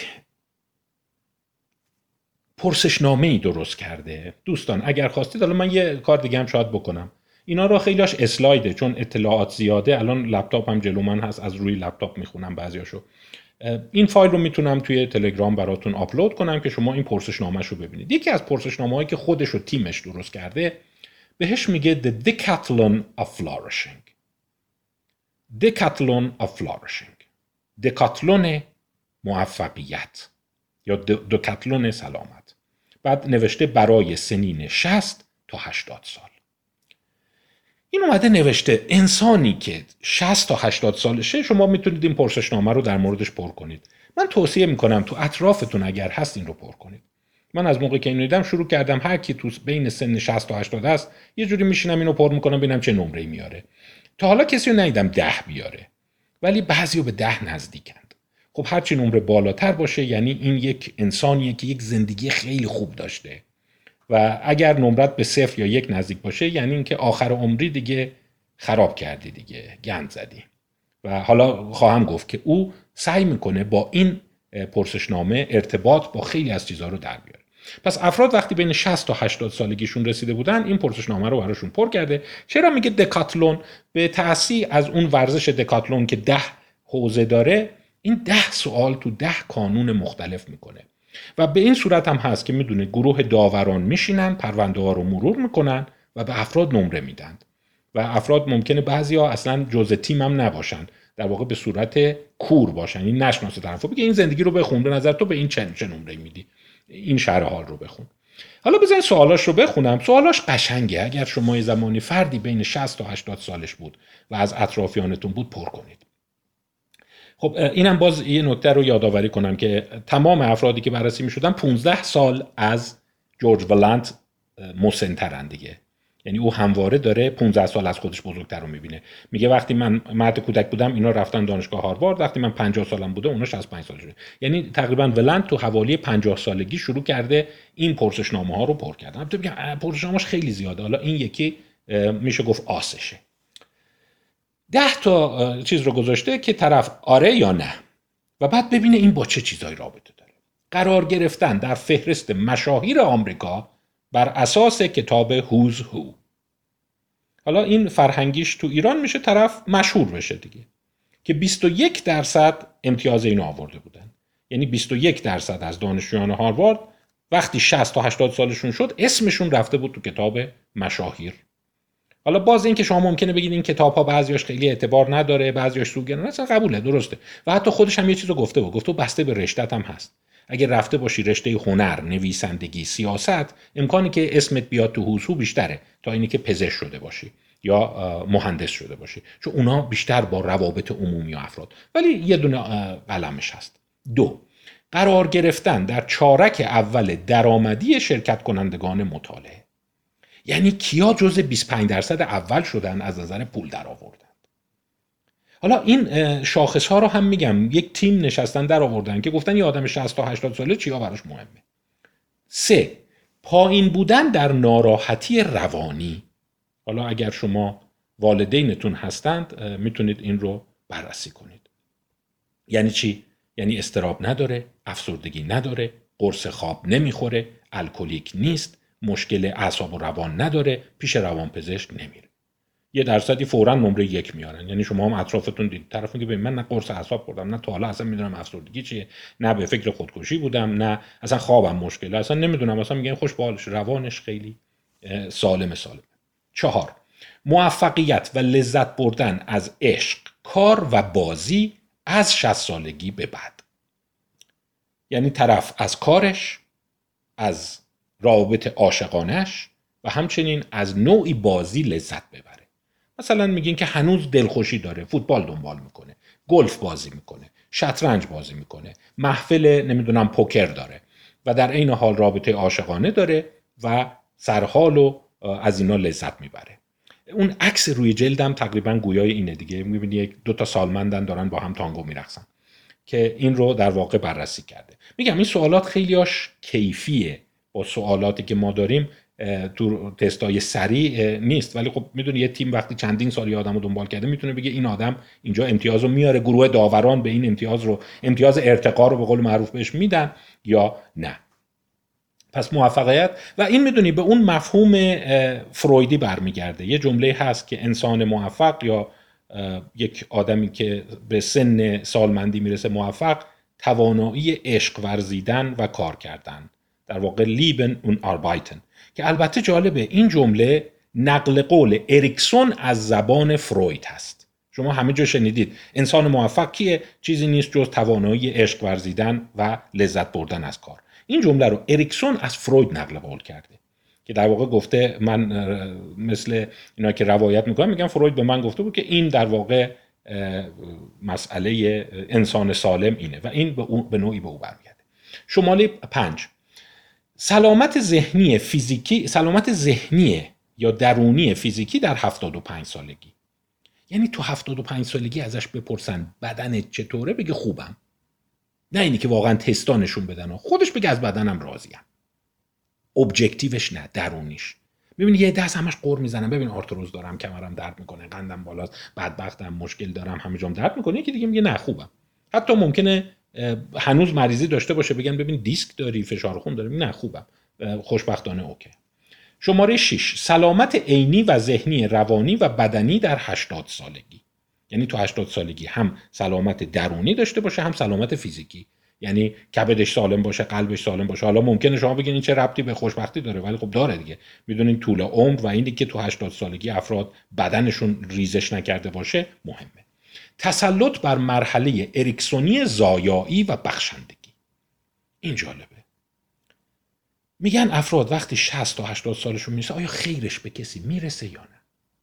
پرسشنامه‌ای درست کرده. دوستان اگر خواستید حالا من یه کار دیگه هم شاید بکنم. اینا رو خیلیاش اسلایده چون اطلاعات زیاده. الان لپتاپ هم جلو من هست، از روی لپتاپ میخونم بعضیاشو. این فایل رو میتونم توی تلگرام براتون آپلود کنم که شما این پرسشنامه‌اش رو ببینید. یکی از پرسشنامه‌هایی که خودش و تیمش درست کرده بهش میگه The Decathlon of Flourishing. Decathlon of Flourishing. دکاتلون موفقیت یا دکاتلون سلامت. بعد نوشته برای سنین 60 تا 80 سال. این اومده نوشته انسانی که 60 تا 80 سالشه شما میتونید این پرسشنامه رو در موردش پر کنید. من توصیه میکنم تو اطرافتون اگر هست این رو پر کنید. من از موقعی که اینو دیدم شروع کردم هر کی تو بین سن 60 تا 80 است یه جوری میشینم اینو پر میکنم ببینم چه نمره‌ای میاره. تا حالا کسی رو ندیدم 10 بیاره. ولی بعضی‌ها به 10 نزدیکند. خب هر چی نمره بالاتر باشه یعنی این یک انسانیه که یک زندگی خیلی خوب داشته. و اگر نمرت به 0 یا 1 نزدیک باشه یعنی اینکه آخر عمری دیگه خراب کردی دیگه، گند زدی. و حالا خواهم گفت که او سعی میکنه با این پرسشنامه ارتباط با خیلی از چیزها رو در بیاره. پس افراد وقتی بین 60 تا 80 سالگیشون رسیده بودن این پرسشنامه رو براشون پر کرده. چرا میگه دکاتلون؟ به تأثیر از اون ورزش دکاتلون که 10 حوزه داره، این 10 سوال تو 10 کانون مختلف میکنه. و به این صورت هم هست که میدونه گروه داوران میشینن پرونده ها رو مرور میکنن و به افراد نمره میدن و افراد ممکنه بعضیا اصلا جزء تیم هم نباشن، در واقع به صورت کور باشن، این نشناسه طرفو، بگه این زندگی رو بخون، به نظر تو به این چه نمره میدی، این شرح حال رو بخون. حالا بزنین سوالاش رو بخونم. سوالاش قشنگه. اگر شما یه زمانی فردی بین 60 تا 80 سالش بود و از اطرافیانتون بود پر کنید. خب اینم باز یه نکته رو یادآوری کنم که تمام افرادی که بررسی می‌شدن 15 سال از جورج ولنت مسن‌ترن دیگه. یعنی او همواره داره 15 سال از خودش بزرگتر رو می‌بینه. میگه وقتی من مرد کودک بودم اینا رفتن دانشگاه هاروارد، وقتی من 50 سالم بوده اونا 65 سالشه. یعنی تقریبا ولنت تو حوالی 50 سالگی شروع کرده این پرسشنامه‌ها رو پر کردن. البته میگم پرسشنامه‌اش خیلی زیاده. حالا این یکی میشه گفت آسشه. 10 تا چیز رو گذاشته که طرف آره یا نه و بعد ببینه این با چه چیزایی رابطه داره. قرار گرفتن در فهرست مشاهیر آمریکا بر اساس کتاب هوز هو. حالا این فرهنگیش تو ایران میشه طرف مشهور بشه دیگه، که 21% امتیاز اینو آورده بودن. یعنی 21% از دانشجویان هاروارد وقتی 60 تا 80 سالشون شد اسمشون رفته بود تو کتاب مشاهیر. حالا باز این که شما ممکنه بگید این کتاب‌ها بعضیاش خیلی اعتبار نداره، بعضیاش سوگرانه، اصلا قبوله، درسته. و حتی خودش هم یه چیزو گفته بود. گفته بسته به رشته‌ت هم هست. اگر رفته باشی رشته هنر، نویسندگی، سیاست، امکانی که اسمت بیاد تو حوزه بیشتره تا اینی که پزشک شده باشی یا مهندس شده باشی، چون اونا بیشتر با روابط عمومی و افراد. ولی یه دونه قلمش هست. 2. قرار گرفتن در چارک اول درآمدی شرکت کنندگان مطالعه. یعنی کیا جزء 25% اول شدن از نظر پول در آوردن. حالا این شاخص ها رو هم میگم، یک تیم نشستن در آوردن که گفتن یه آدم 60 تا 80 ساله چیا براش مهمه. 3. پایین بودن در ناراحتی روانی. حالا اگر شما والدینتون هستند میتونید این رو بررسی کنید. یعنی چی؟ یعنی اضطراب نداره، افسردگی نداره، قرص خواب نمیخوره، الکلیک نیست، مشکل اعصاب و روان نداره، پیش روانپزشک نمیره. 1% فوراً نمره 1 میارن. یعنی شما هم اطرافتون دید طرف میگه ببین من نه قرص اعصاب خوردم، نه تا حالا اصلا میدونم افسردگی چیه، نه به فکر خودکشی بودم، نه اصلا خوابم مشکله، اصلا نمیدونم، اصلا میگن خوش بالش، روانش خیلی سالم. 4. موفقیت و لذت بردن از عشق، کار و بازی از 60 سالگی به بعد. یعنی طرف از کارش، از رابطه عاشقانش و همچنین از نوعی بازی لذت ببره. مثلا میگین که هنوز دلخوشی داره، فوتبال دنبال میکنه، گلف بازی میکنه، شطرنج بازی میکنه، محفل نمیدونم پوکر داره و در عین حال رابطه عاشقانه داره و سرحال و از اینا لذت میبره. اون عکس روی جلدم تقریبا گویای اینه دیگه. میبینی یک 2 سالمندن دارن با هم تانگو میرقصن که این رو در واقع بررسی کرده. میگم این سوالات خیلیاش کیفیه با سوالاتی که ما داریم تو تستای سریع نیست، ولی خب میدونی یه تیم وقتی چندین سال یه آدمو دنبال کرده میتونه بگه این آدم اینجا امتیازو میاره، گروه داوران به این امتیاز ارتقا رو به قول معروف بهش میدن یا نه. پس موفقیت و این میدونی به اون مفهوم فرویدی برمیگرده. یه جمله هست که انسان موفق یا یک آدمی که به سن سالمندی میرسه موفق توانایی عشق ورزیدن و کار کردن، در واقع لیبن اون آربایتن، که البته جالبه این جمله نقل قول اریکسون از زبان فروید هست. شما همه جا شنیدید انسان موفق کیه؟ چیزی نیست جز توانایی عشق ورزیدن و لذت بردن از کار. این جمله رو اریکسون از فروید نقل قول کرده که در واقع گفته، من مثل اینا که روایت میگم فروید به من گفته بود که این در واقع مسئله انسان سالم اینه و این به نوعی به او برمیگرده. شماره 5، سلامت ذهنی یا درونی فیزیکی در 75 سالگی. یعنی تو 75 سالگی ازش بپرسن بدنت چطوره، بگه خوبم. نه اینی که واقعا تستا نشون بدن، خودش بگه از بدنم راضیم. ابجکتیوش نه، درونیش. ببین یه دست همش قور میزنم، ببین آرتروز دارم، کمرم درد میکنه، قندم بالاست، بدبختم، مشکل دارم، همه جام درد میکنه. یکی دیگه میگه نه خوبم. حتی ممکنه هنوز مریضی داشته باشه، بگن ببین دیسک داری، فشار خون داری، نه خوبم، خوشبختانه اوکی. شماره 6، سلامت عینی و ذهنی، روانی و بدنی در 80 سالگی. یعنی تو 80 سالگی هم سلامت درونی داشته باشه، هم سلامت فیزیکی. یعنی کبدش سالم باشه، قلبش سالم باشه. حالا ممکنه شما بگین این چه ربطی به خوشبختی داره، ولی خب داره دیگه. میدونین طول عمر و اینی که تو 80 سالگی افراد بدنشون ریزش نکرده باشه مهمه. تسلط بر مرحله اریکسونی زایایی و بخشندگی. این جالبه. میگن افراد وقتی 60 تا 80 سالشون میرسه، آیا خیرش به کسی میرسه یا نه؟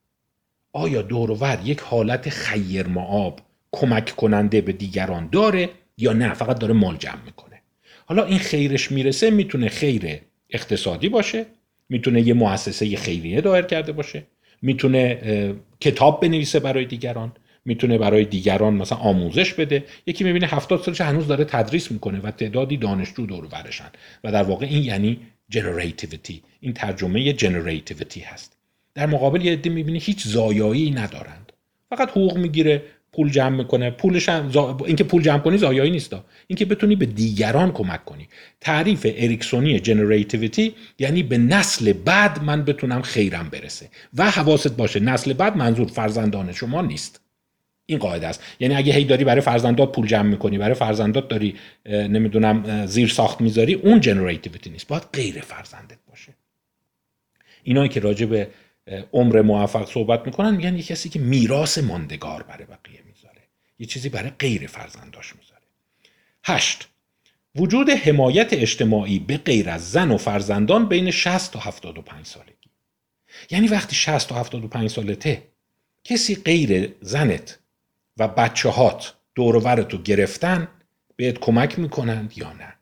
آیا دور و ور یک حالت خیر معاب، کمک کننده به دیگران داره یا نه فقط داره مال جمع میکنه؟ حالا این خیرش میرسه میتونه خیر اقتصادی باشه، میتونه یه مؤسسه خیریه دایر کرده باشه، میتونه کتاب بنویسه برای دیگران، میتونه برای دیگران مثلا آموزش بده. یکی میبینه 70 سالش هنوز داره تدریس میکنه و تعدادی دانشجو دور و برشن و در واقع این یعنی جنریتیویتی. این ترجمه جنریتیویتی هست. در مقابل یه عده میبینی هیچ زایایی ندارند، فقط حقوق میگیره، پول جمع میکنه. پولش هم اینکه پول جمع کنی زایایی نیستا، اینکه بتونی به دیگران کمک کنی. تعریف اریکسونی جنریتیویتی یعنی به نسل بعد من بتونم خیرم برسه. و حواست باشه نسل بعد منظور فرزندان شما نیست. این قاعده است. یعنی اگه هی داری برای فرزندات پول جمع میکنی، برای فرزندات داری نمیدونم زیر ساخت میذاری، اون جنریتیویتی نیست. باید غیر فرزندت باشه. اینایی که راجع به عمر موفق صحبت میکنن میگن یه کسی که میراث ماندگار برای بقیه میذاره، یه چیزی برای غیر فرزنداش میذاره. 8، وجود حمایت اجتماعی به غیر از زن و فرزندان بین 60 تا 75 سالگی. یعنی وقتی 60 تا 75 سالته کسی غیر زنت و بچه هات دور و برتو گرفتن، بهت کمک میکنند یا نه؟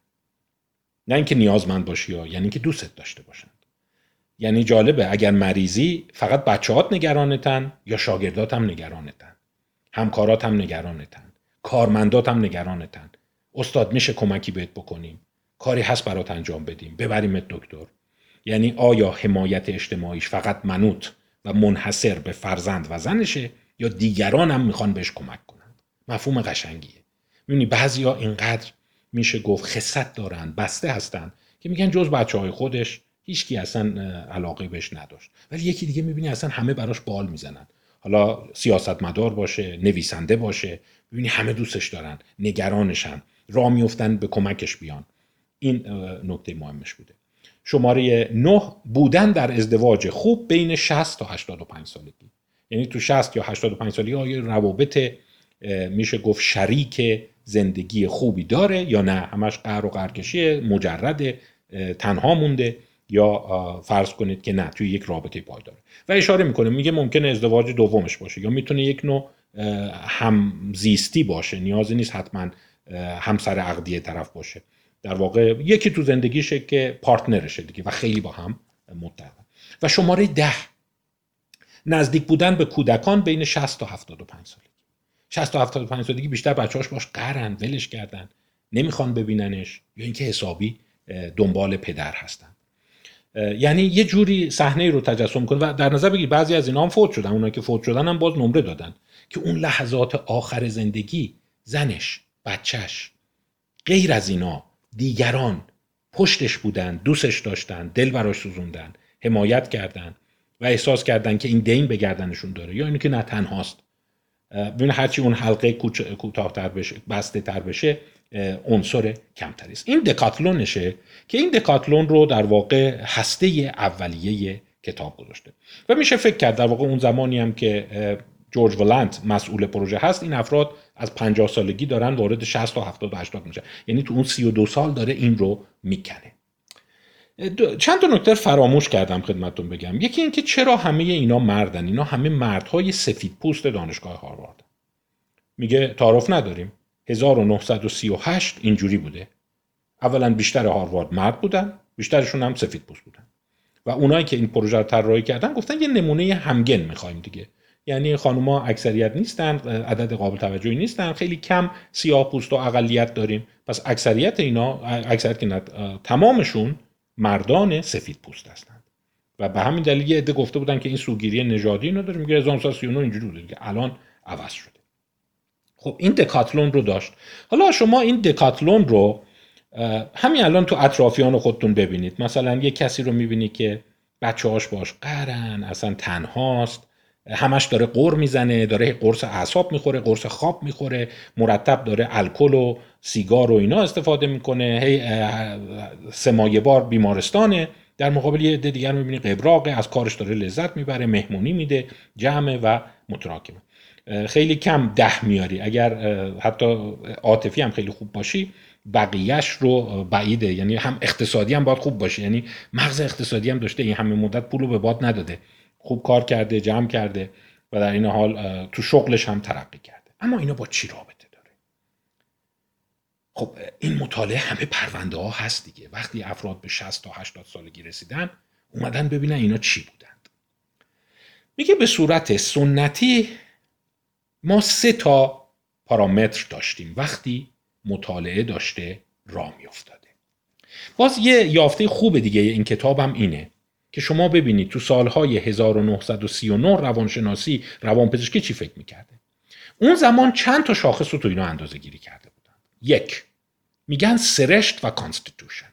نه اینکه نیازمند باشی، یعنی اینکه دوستت داشته باشند. یعنی جالبه اگر مریضی فقط بچه‌هات نگرانتن یا شاگردات هم نگرانتن، همکارات هم نگرانتن، کارمندات هم نگرانتن. استاد میشه کمکی بهت بکنیم، کاری هست برات انجام بدیم، ببریمت دکتر. یعنی آیا حمایت اجتماعیش فقط منوط و منحصر به فرزند و زنشه یا دیگران هم میخوان بهش کمک کنند؟ مفهوم قشنگیه. میبینی بعضیا اینقدر میشه گفت خست دارن، بسته هستن که میگن جز بچه‌های خودش هیچکی اصلا علاقه بهش نداشت. ولی یکی دیگه میبینی اصلا همه براش بال میزنن. حالا سیاستمدار باشه، نویسنده باشه، میبینی همه دوستش دارن، نگرانشن، راه میافتن به کمکش بیان. این نکته مهمش بوده. شماره 9، بودن در ازدواج خوب بین 60 تا 85 سالگی. یعنی تو 60 یا 85 سالگی آیا روابط میشه گفت شریک زندگی خوبی داره یا نه همش قهر و قهرکشی، مجرد، تنها مونده، یا فرض کنید که نه توی یک رابطه پایداره. و اشاره میکنه میگه ممکنه ازدواج دومش باشه یا میتونه یک نوع همزیستی باشه، نیازی نیست حتما همسر عقدی طرف باشه. در واقع یکی تو زندگیشه که پارتنرشه دیگه و خیلی با هم متحدن. و شماره 10، نزدیک بودن به کودکان بین 60 تا 75 سالگی. 60 تا 75 سالگی بیشتر بچه‌هاش باش قهرن، ولش کردن، نمیخوان ببیننش یا اینکه حسابی دنبال پدر هستن. یعنی یه جوری صحنه رو تجسم کن و در نظر بگیر بعضی از اینا هم فوت شدن، اونایی که فوت شدن هم باز نمره دادن که اون لحظات آخر زندگی زنش، بچهش، غیر از اینا دیگران پشتش بودن، دوستش داشتن، دل براش سوزوندن، حمایت کردن و احساس کردن که این دین به گردنشون داره یا اینکه نه تنهاست ببین هرچی اون حلقه کوتاه‌تر بشه، بسته تر بشه، عنصر کمتری است. این دکاتلونشه که این دکاتلون رو در واقع هسته اولیه کتاب گذاشته و میشه فکر کرد در واقع اون زمانی هم که جورج ولنت مسئول پروژه هست، این افراد از 50 سالگی دارن وارد 60 تا 70 و 80 میشن، یعنی تو اون 32 سال داره این رو میکنه. چند تا نکته فراموش کردم خدمتتون بگم. یکی این که چرا همه اینا مردن، اینا همه مردهای سفید پوست دانشگاه هاروارد. میگه تعارف نداریم، 1938 اینجوری بوده. اولا بیشتر هاروارد مرد بودن، بیشترشون هم سفید پوست بودن و اونایی که این پروژه رو طراحی کردن گفتن یه نمونه همگن میخوایم دیگه، یعنی خانوما اکثریت نیستن، عدد قابل توجهی نیستن، خیلی کم سیاه پوست و اقلیت داریم، پس اکثریت اینا، اکثریت که نه تمامشون مردان سفید پوست هستند و به همین دلیل یه عده گفته بودن که این سوگیری نژادی اینو داریم. میگه 1939 اینجوری بوده دیگه، الان عوض شده. خب این دکاتلون رو داشت. حالا شما این دکاتلون رو همین الان تو اطرافیان خودتون ببینید، مثلا یه کسی رو میبینی که بچه‌هاش باش قرن، اصلا تنهاست، همش داره قُر میزنه، داره قرص اعصاب میخوره، قرص خواب میخوره، مرتب داره الکل و سیگار و اینا استفاده میکنه، هی 3 ماه بار بیمارستانه. در مقابل یه عده دیگر میبینی قبراقه، از کارش داره لذت میبره، مهمونی میده، جمع و متراکمه. خیلی کم 10 میاری، اگر حتی عاطفی هم خیلی خوب باشی بقیهش رو بعیده، یعنی هم اقتصادی هم باید خوب باشه، یعنی مغز اقتصادی هم داشته، این همه مدت پول رو به باد نداده، خوب کار کرده، جمع کرده و در این حال تو شغلش هم ترقی کرده. اما اینا با چی رابطه داره؟ خب این مطالعه همه پرونده ها هست دیگه. وقتی افراد به 60 تا 80 سالگی رسیدن اومدن ببینن اینا چی بودند. میگه به صورت سنتی ما 3 تا پارامتر داشتیم وقتی مطالعه داشته راه میافتاده. باز یه یافته خوب دیگه این کتاب هم اینه که شما ببینید تو سالهای 1939 روانشناسی، روانپزشکی چی فکر میکرده. اون زمان چند تا شاخص رو تو اینا اندازه گیری کرده بودن. 1 میگن سرشت و کانستیتوشن.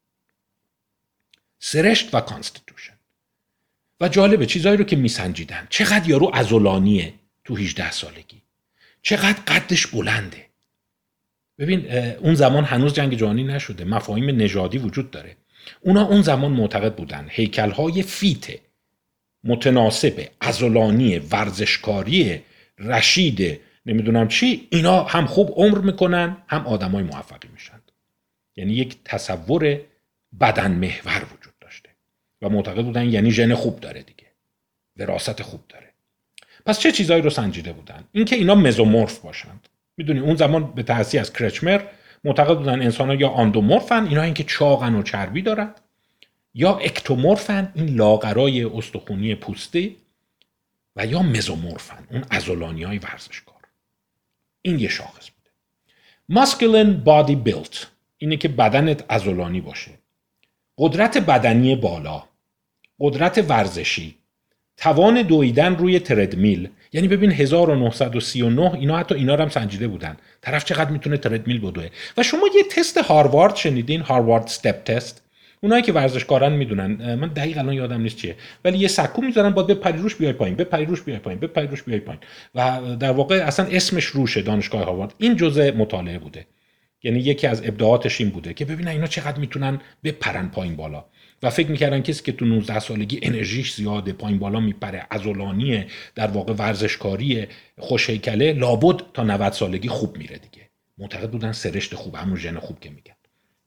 سرشت و کانستیتوشن. و جالبه چیزایی رو که میسنجیدن، چقدر یارو عضلانیه تو 18 سالگی، چقدر قدش بلنده. ببین اون زمان هنوز جنگ جهانی نشده، مفاهیم نژادی وجود داره. اونا اون زمان معتقد بودن هیکل‌های فیت، متناسب، عضلانی، ورزشکاری، رشید، نمیدونم چی، اینا هم خوب عمر میکنن، هم آدمای موفقی میشن. یعنی یک تصور بدن محور وجود داشته و معتقد بودن یعنی ژن خوب داره دیگه، وراثت خوب داره. پس چه چیزایی رو سنجیده بودن؟ اینکه اینا مزومورف باشند. میدونی اون زمان به تأسیس از کرچمر معتقد بودن انسان‌ها یا آندومورفن، اینا اینکه چاقن و چربی دارن، یا اکتومورفن، این لاغرای استخونی پوستی، و یا مزومورفن، اون عضلانی‌های ورزشکار. این یه شاخص بوده. ماسکولین بادی بیلت، اینه که بدنت عضلانی باشه، قدرت بدنی بالا، قدرت ورزشی، توان دویدن روی تردمیل. یعنی ببین 1939 اینا حتی اینا رو هم سنجیده بودن، طرف چقدر میتونه تردمیل بدوه. و شما یه تست هاروارد شنیدین، هاروارد استپ تست؟ اونایی که ورزشکارن میدونن، من دقیق الان یادم نیست چیه، ولی یه سکو میذارن باید بپری روش بیای پایین، بپری روش بیای پایین، بپری روش بیای پایین، و در واقع اصلا اسمش روشه دانشگاه هاروارد. این جزء مطالعه بوده، یعنی یکی از ابداعاتش این بوده که ببینن اینا چقدر میتونن بپرن پایین بالا. و فکر میکردن کسی که تو 19 سالگی انرژیش زیاده، پایین بالا میپره، عضلانیه، در واقع ورزشکاری، خوش‌هیکله، لابد تا 90 سالگی خوب میره دیگه. معتقد بودن سرشت خوب، همون ژن خوب که میگن.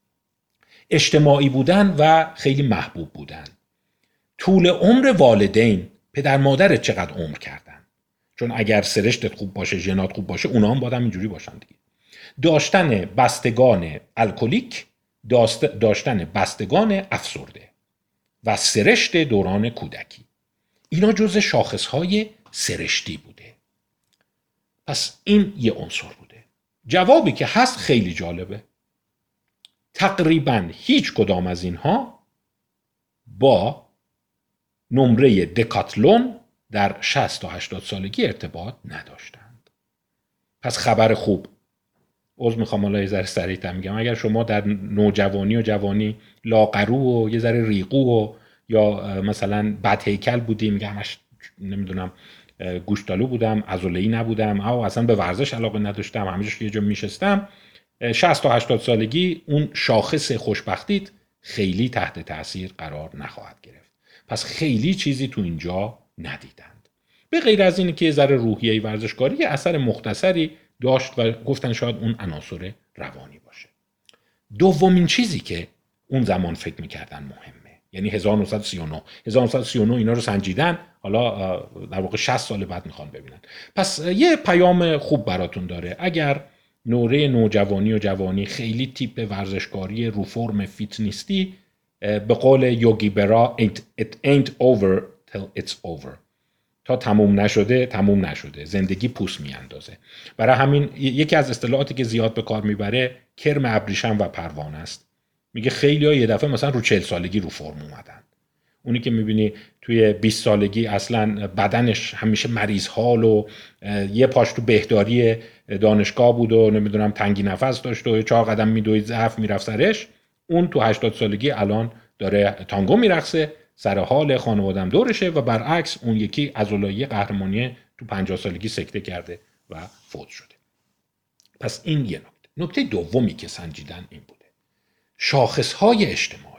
اجتماعی بودن و خیلی محبوب بودن. طول عمر والدین، پدر مادرت چقدر عمر کردن، چون اگر سرشتت خوب باشه، ژنات خوب باشه، اونا هم باید اینجوری باشن دیگه. داشتن بستگان الکلیک، داشتن بستگان افسرده و سرشت دوران کودکی، اینا جزء شاخصهای سرشتی بوده. پس این یه عنصر بوده. جوابی که هست خیلی جالبه. تقریبا هیچ کدام از اینها با نمره دکاتلون در 60 تا 80 سالگی ارتباط نداشتند. پس خبر خوب، عذر میخوام حالا یه ذره سریع‌تر میگم، اگر شما در نوجوانی و جوانی لاغرو و یه ذره ریقو و یا مثلا بد هیکل بودی، میگم همش نمیدونم گوشتالو بودم، عضله‌ای نبودم، او اصلا به ورزش علاقه نداشتم، همیشه یه جا میشستم، 60 تا 80 سالگی اون شاخص خوشبختیت خیلی تحت تاثیر قرار نخواهد گرفت. پس خیلی چیزی تو اینجا ندیدند. به غیر از اینکه یه ذره روحیه ورزشکاری یه اثر مختصری داشت و گفتن شاید اون عناصر روانی باشه. دومین چیزی که اون زمان فکر میکردن مهمه، یعنی 1939 اینا رو سنجیدن، حالا در واقع 60 سال بعد میخوان ببینن. پس یه پیام خوب براتون داره. اگر نوره نوجوانی و جوانی خیلی تیپ ورزشکاری رو فرم فیت نیستی، به قول یوگی برا it ain't over till it's over. تا تموم نشده. زندگی پوست میاندازه. برای همین یکی از اصطلاحاتی که زیاد به کار میبره کرم ابریشم و پروانه است. میگه خیلی‌ها یه دفعه مثلا رو 40 سالگی رو فرم اومدن. اونی که میبینی توی 20 سالگی اصلا بدنش همیشه مریض حال و یه پاش تو بهداری دانشگاه بود و نمیدونم تنگی نفس داشت و 4 قدم میدوید ضعف میرفت سرش، اون تو 80 سالگی الان داره تانگو میرقصه، سر حال، خانواده‌ام دورشه، و برعکس اون یکی عضلایی قهرمانی تو 50 سالگی سکته کرده و فوت شده. پس این یه نکته. نکته دومی که سنجیدن این بوده: شاخص‌های اجتماعی.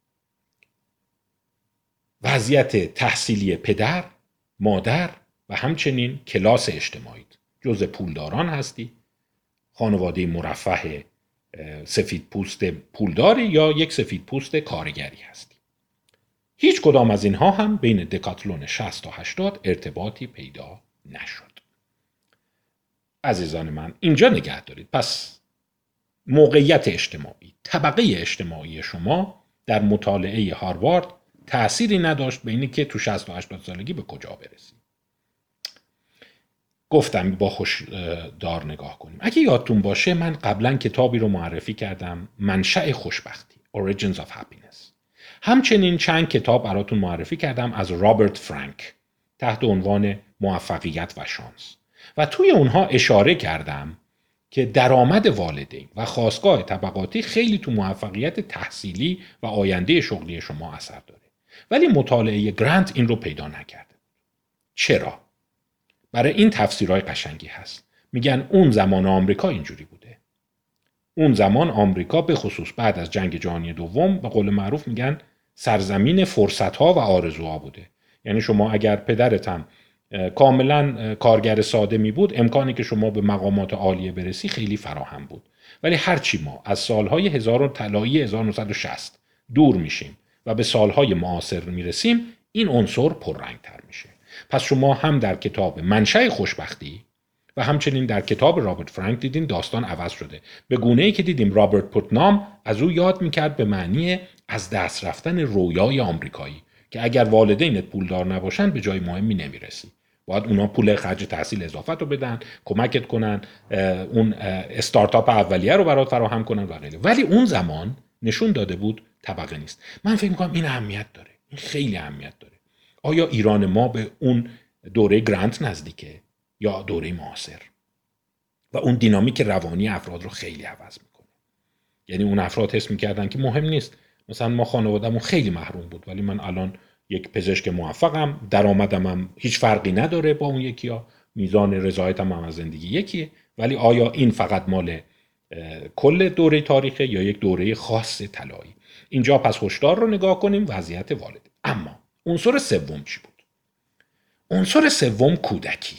وضعیت تحصیلی پدر، مادر و همچنین کلاس اجتماعی. جزء پولداران هستی، خانواده مرفه سفید پوست پولداری یا یک سفید پوست کارگری هستی. هیچ کدام از اینها هم بین دکاتلون 60 تا 80 ارتباطی پیدا نشد. عزیزان من اینجا نگه دارید. پس موقعیت اجتماعی، طبقه اجتماعی شما در مطالعه هاروارد تأثیری نداشت به اینی که تو 60 تا 80 سالگی به کجا برسی. گفتم با هوش‌دار نگاه کنیم. اگه یادتون باشه من قبلا کتابی رو معرفی کردم، منشأ خوشبختی، Origins of Happiness. همچنین چند کتاب براتون معرفی کردم از رابرت فرانک تحت عنوان موفقیت و شانس، و توی اونها اشاره کردم که درآمد والدین و خاستگاه طبقاتی خیلی تو موفقیت تحصیلی و آینده شغلی شما اثر داره. ولی مطالعه گرانت این رو پیدا نکرده. چرا؟ برای این تفسیرهای قشنگی هست. میگن اون زمان آمریکا اینجوری بوده. اون زمان آمریکا به خصوص بعد از جنگ جهانی دوم به قول معروف میگن سرزمین فرصت‌ها و آرزوها بوده. یعنی شما اگر پدرت هم کاملا کارگر ساده می بود، امکانی که شما به مقامات عالیه برسی خیلی فراهم بود. ولی هرچی ما از سالهای 1960 دور میشیم و به سالهای معاصر میرسیم، این عنصر پررنگتر میشه. پس شما هم در کتاب منشأ خوشبختی و همچنین در کتاب رابرت فرانک دیدین داستان عوض شده. به گونه‌ای که دیدیم رابرت پوتنام از او یاد میکرد به معنی از دست رفتن رویای آمریکایی که اگر والدینت پولدار نباشن به جای مهمی نمیرسی. باید اونا پول خرج تحصیل اضافه رو بدن، کمکت کنن، اون استارتاپ اولیه رو برات فراهم کنن و غیره. ولی اون زمان نشون داده بود طبقه نیست. من فکر می‌کنم این اهمیت داره. این خیلی اهمیت داره. آیا ایران ما به اون دوره گرانت نزدیکه یا دوره معاصر؟ و اون دینامیک روانی افراد رو خیلی عوض میکنه. یعنی اون افراد حس میکردن که مهم نیست، مثلا ما خانواده‌مون خیلی محروم بود ولی من الان یک پزشک موفقم، درآمدم هم هیچ فرقی نداره با اون یکی‌ها، میزان رضایتم هم از زندگی یکیه. ولی آیا این فقط مال کل دوره تاریخه یا یک دوره خاص طلایی؟ اینجا پس هشدار رو نگاه کنیم، وضعیت والد. اما عنصر سوم چی بود؟ عنصر سوم کودکی.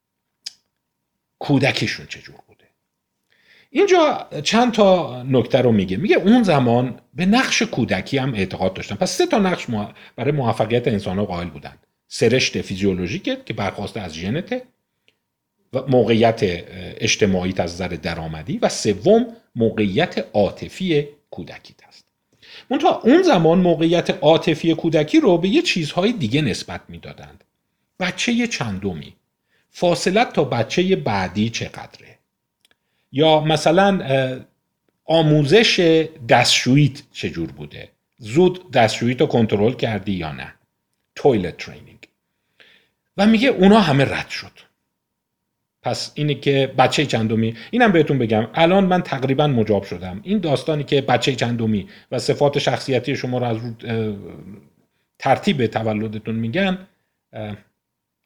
کودکیشون چجور بوده؟ اینجا چند تا نکته رو میگه اون زمان به نقش کودکی هم اعتقاد داشتن. پس 3 تا نقش برای موفقیت انسان‌ها قائل بودن: سرشت فیزیولوژیکه که برخواسته از ژنته، و موقعیت اجتماعی از نظر درآمدی، و سوم موقعیت عاطفی کودکیت است. منتها اون زمان موقعیت عاطفی کودکی رو به یه چیزهای دیگه نسبت میدادند. بچه چندمی، فاصلت تا بچه بعدی چقدره، یا مثلا آموزش دستشوییت چجور بوده، زود دستشوییت رو کنترل کردی یا نه، تویلت ترینینگ. و میگه اونا همه رد شد. پس اینه که بچه چندمی، اینم بهتون بگم الان من تقریبا مجاب شدم. این داستانی که بچه چندمی و صفات شخصیتی شما رو از ترتیب تولدتون میگن،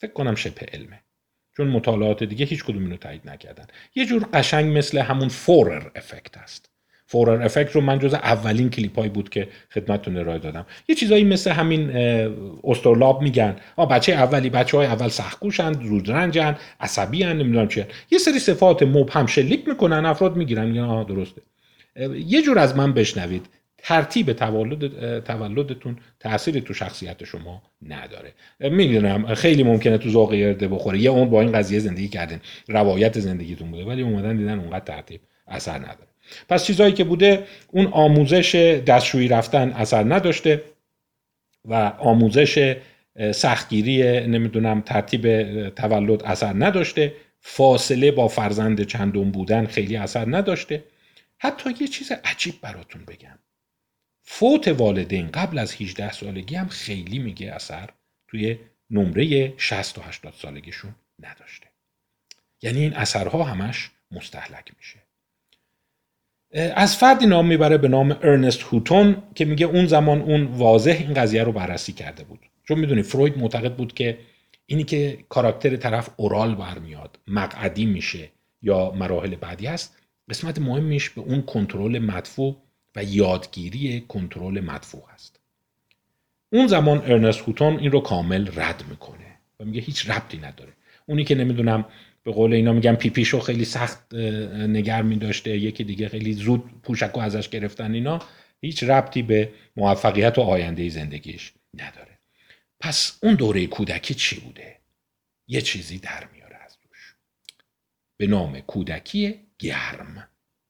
فکر کنم شبه علمه، چون مطالعات دیگه هیچ کدوم اینو تایید نکردن. یه جور قشنگ مثل همون فورر افکت هست. فورر افکت رو من جز اولین کلیپایی بود که خدمتتون ارائه دادم. یه چیزایی مثل همین استرلاب میگن بچه‌های اول سخت‌کوشن، زودرنجن، عصبی‌ان، نمیدونم چیه. یه سری صفات مبهم شلیک میکنن، افراد میگیرن میگن آها درسته. یه جور از من بشنوید، ترتیب تولدتون تأثیری تو شخصیت شما نداره. میدونم خیلی ممکنه تو ذوق ارده بخوره، یه اون با این قضیه زندگی کردین، روایت زندگیتون بوده، ولی اومدن دیدن اونقدر ترتیب اثر نداره. پس چیزایی که بوده، اون آموزش دستشویی رفتن اثر نداشته و آموزش سختگیری نمیدونم ترتیب تولد اثر نداشته، فاصله با فرزند چندم بودن خیلی اثر نداشته. حتی یه چیز عجیب براتون بگم، فوت والدین قبل از 18 سالگی هم خیلی میگه اثر توی نمره 60 تا 80 سالگیشون نداشته. یعنی این اثرها همش مستهلک میشه. از فردی نام میبره به نام ارنست هوتون که میگه اون زمان اون واضح این قضیه رو بررسی کرده بود. چون میدونی فروید معتقد بود که اینی که کاراکتر طرف اورال برمیاد، مقعدی میشه یا مراحل بعدی هست، قسمت مهمیش به اون کنترل مدفوع و یادگیری کنترل مدفوع هست. اون زمان ارنست هوتون این رو کامل رد میکنه و میگه هیچ ربطی نداره. اونی که نمیدونم به قول اینا میگن پیپیشو خیلی سخت نگر میداشته، یکی دیگه خیلی زود پوشکو ازش گرفتن، اینا هیچ ربطی به موفقیت و آینده زندگیش نداره. پس اون دوره کودکی چی بوده؟ یه چیزی در میاره از روش به نام کودکی گرم.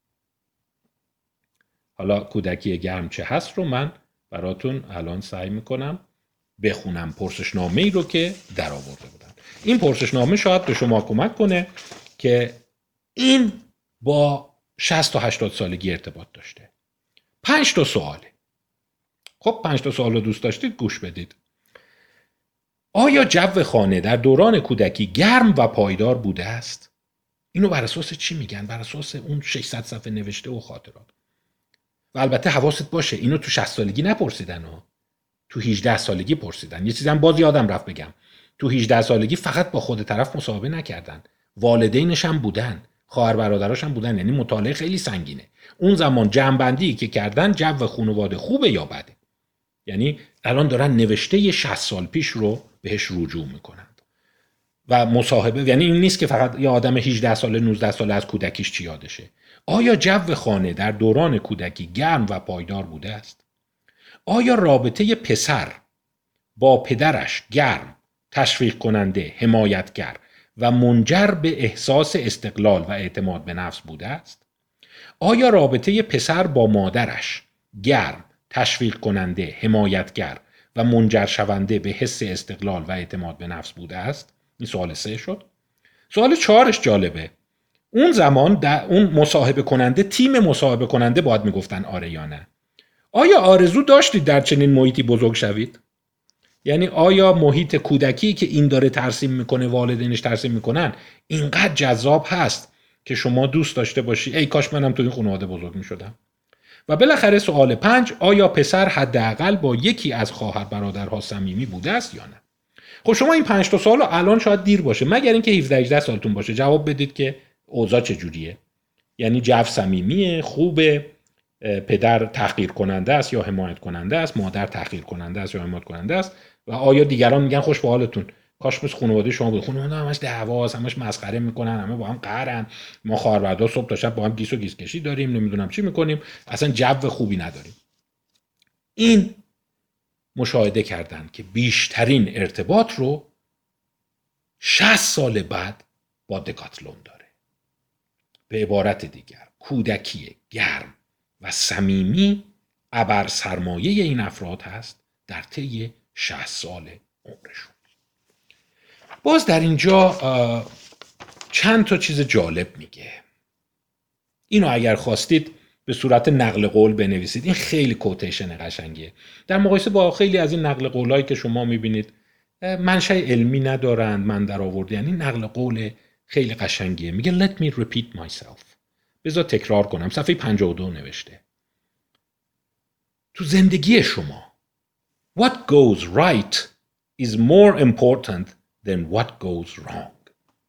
حالا کودکی گرم چه هست رو من براتون الان سعی میکنم بخونم، پرسشنامه‌ای رو که در آورده بودن. این پرسشنامه شاید به شما کمک کنه که این با 60 تا 80 سالگی ارتباط داشته. 5 تا سواله. خب 5 تا سوال رو دوست داشتید گوش بدید. آیا جو خانه در دوران کودکی گرم و پایدار بوده است؟ اینو بر اساس چی میگن؟ بر اساس اون 600 صفحه نوشته و خاطرات. و البته حواست باشه اینو تو 60 سالگی نپرسیدن ها. تو 18 سالگی پرسیدن. یه چیزم باز یادم رفت بگم. تو 18 سالگی فقط با خود طرف مصاحبه نکردن. والدینش هم بودن. خواهر برادراش هم بودن. یعنی مطالعه خیلی سنگینه. اون زمان جمع‌بندی که کردن جو خانواده خوبه یا بده. یعنی الان دارن نوشته 60 سال پیش رو بهش رجوع میکنند. و مصاحبه یعنی این نیست که فقط یه آدم 18 ساله 19 ساله از کودکیش چی یادشه. آیا جو خانه در دوران کودکی گرم و پایدار بوده است؟ آیا رابطه پسر با پدرش گرم، تشویق کننده، حمایتگر و منجر به احساس استقلال و اعتماد به نفس بوده است؟ آیا رابطه پسر با مادرش گرم، تشویق کننده، حمایتگر و منجر شونده به حس استقلال و اعتماد به نفس بوده است؟ این سوال 3 شد. سوال 4ش جالبه. اون زمان در اون مصاحبه کننده، تیم مصاحبه کننده باید میگفتن آره یا نه. آیا آرزو داشتید در چنین محیطی بزرگ شوید؟ یعنی آیا محیط کودکی که این داره ترسیم میکنه، والدینش ترسیم میکنن، اینقدر جذاب هست که شما دوست داشته باشی ای کاش منم تو این خانواده بزرگ میشدم؟ و بالاخره سوال 5، آیا پسر حداقل با یکی از خواهر برادرها صمیمی بوده است یا نه؟ خب شما این 5 تا سوال رو الان شاید دیر باشه، مگر اینکه 17 سالتون باشه، جواب بدید که اوضاع چجوریه. یعنی جو صمیمیه، خوبه، پدر تحقیر کننده است یا حمایت کننده است، مادر تحقیر کننده است یا حمایت کننده است، و آیا دیگران میگن خوش به حالتون، کاش مثل خانواده شما بود. خانواده همش دعواست، همش مسخره میکنن، همه با هم قهرن، ما خواهر برادر صبح تا شب با هم گیس و گیس کشی داریم، نمیدونم چی میکنیم، اصلا جو خوبی نداریم. این مشاهده کردن که بیشترین ارتباط رو 60 سال بعد با دکاتلون داره. به عبارت دیگر کودکی گرم و صمیمی ابر سرمایه این افراد هست در طی 60 سال عمرشون. باز در اینجا چند تا چیز جالب میگه. اینو اگر خواستید به صورت نقل قول بنویسید. این خیلی کوتیشن قشنگیه. در مقایسه با خیلی از این نقل قولایی که شما میبینید منشأ علمی ندارند، من در آورده، یعنی نقل قول خیلی قشنگیه. میگه let me repeat myself. بذار تکرار کنم. صفحه 52 نوشته. تو زندگی شما what goes right is more important then what goes wrong.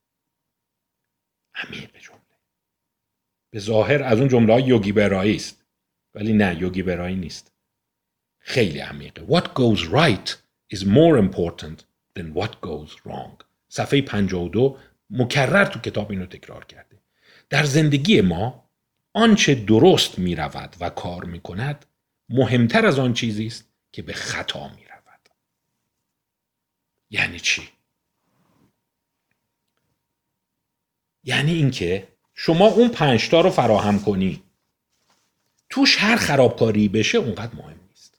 عمیق جمله. به ظاهر از اون جمله ها یوگی برایی است، ولی نه، یوگی برایی نیست. خیلی عمیقه. What goes right is more important than what goes wrong. صفحه 52 مکرر تو کتاب اینو تکرار کرده. در زندگی ما آنچه درست می رود و کار می کند مهمتر از آن چیزی است که به خطا می رود. یعنی چی؟ یعنی اینکه شما اون 5 تا رو فراهم کنی، توش هر خرابکاری بشه اونقدر مهم نیست.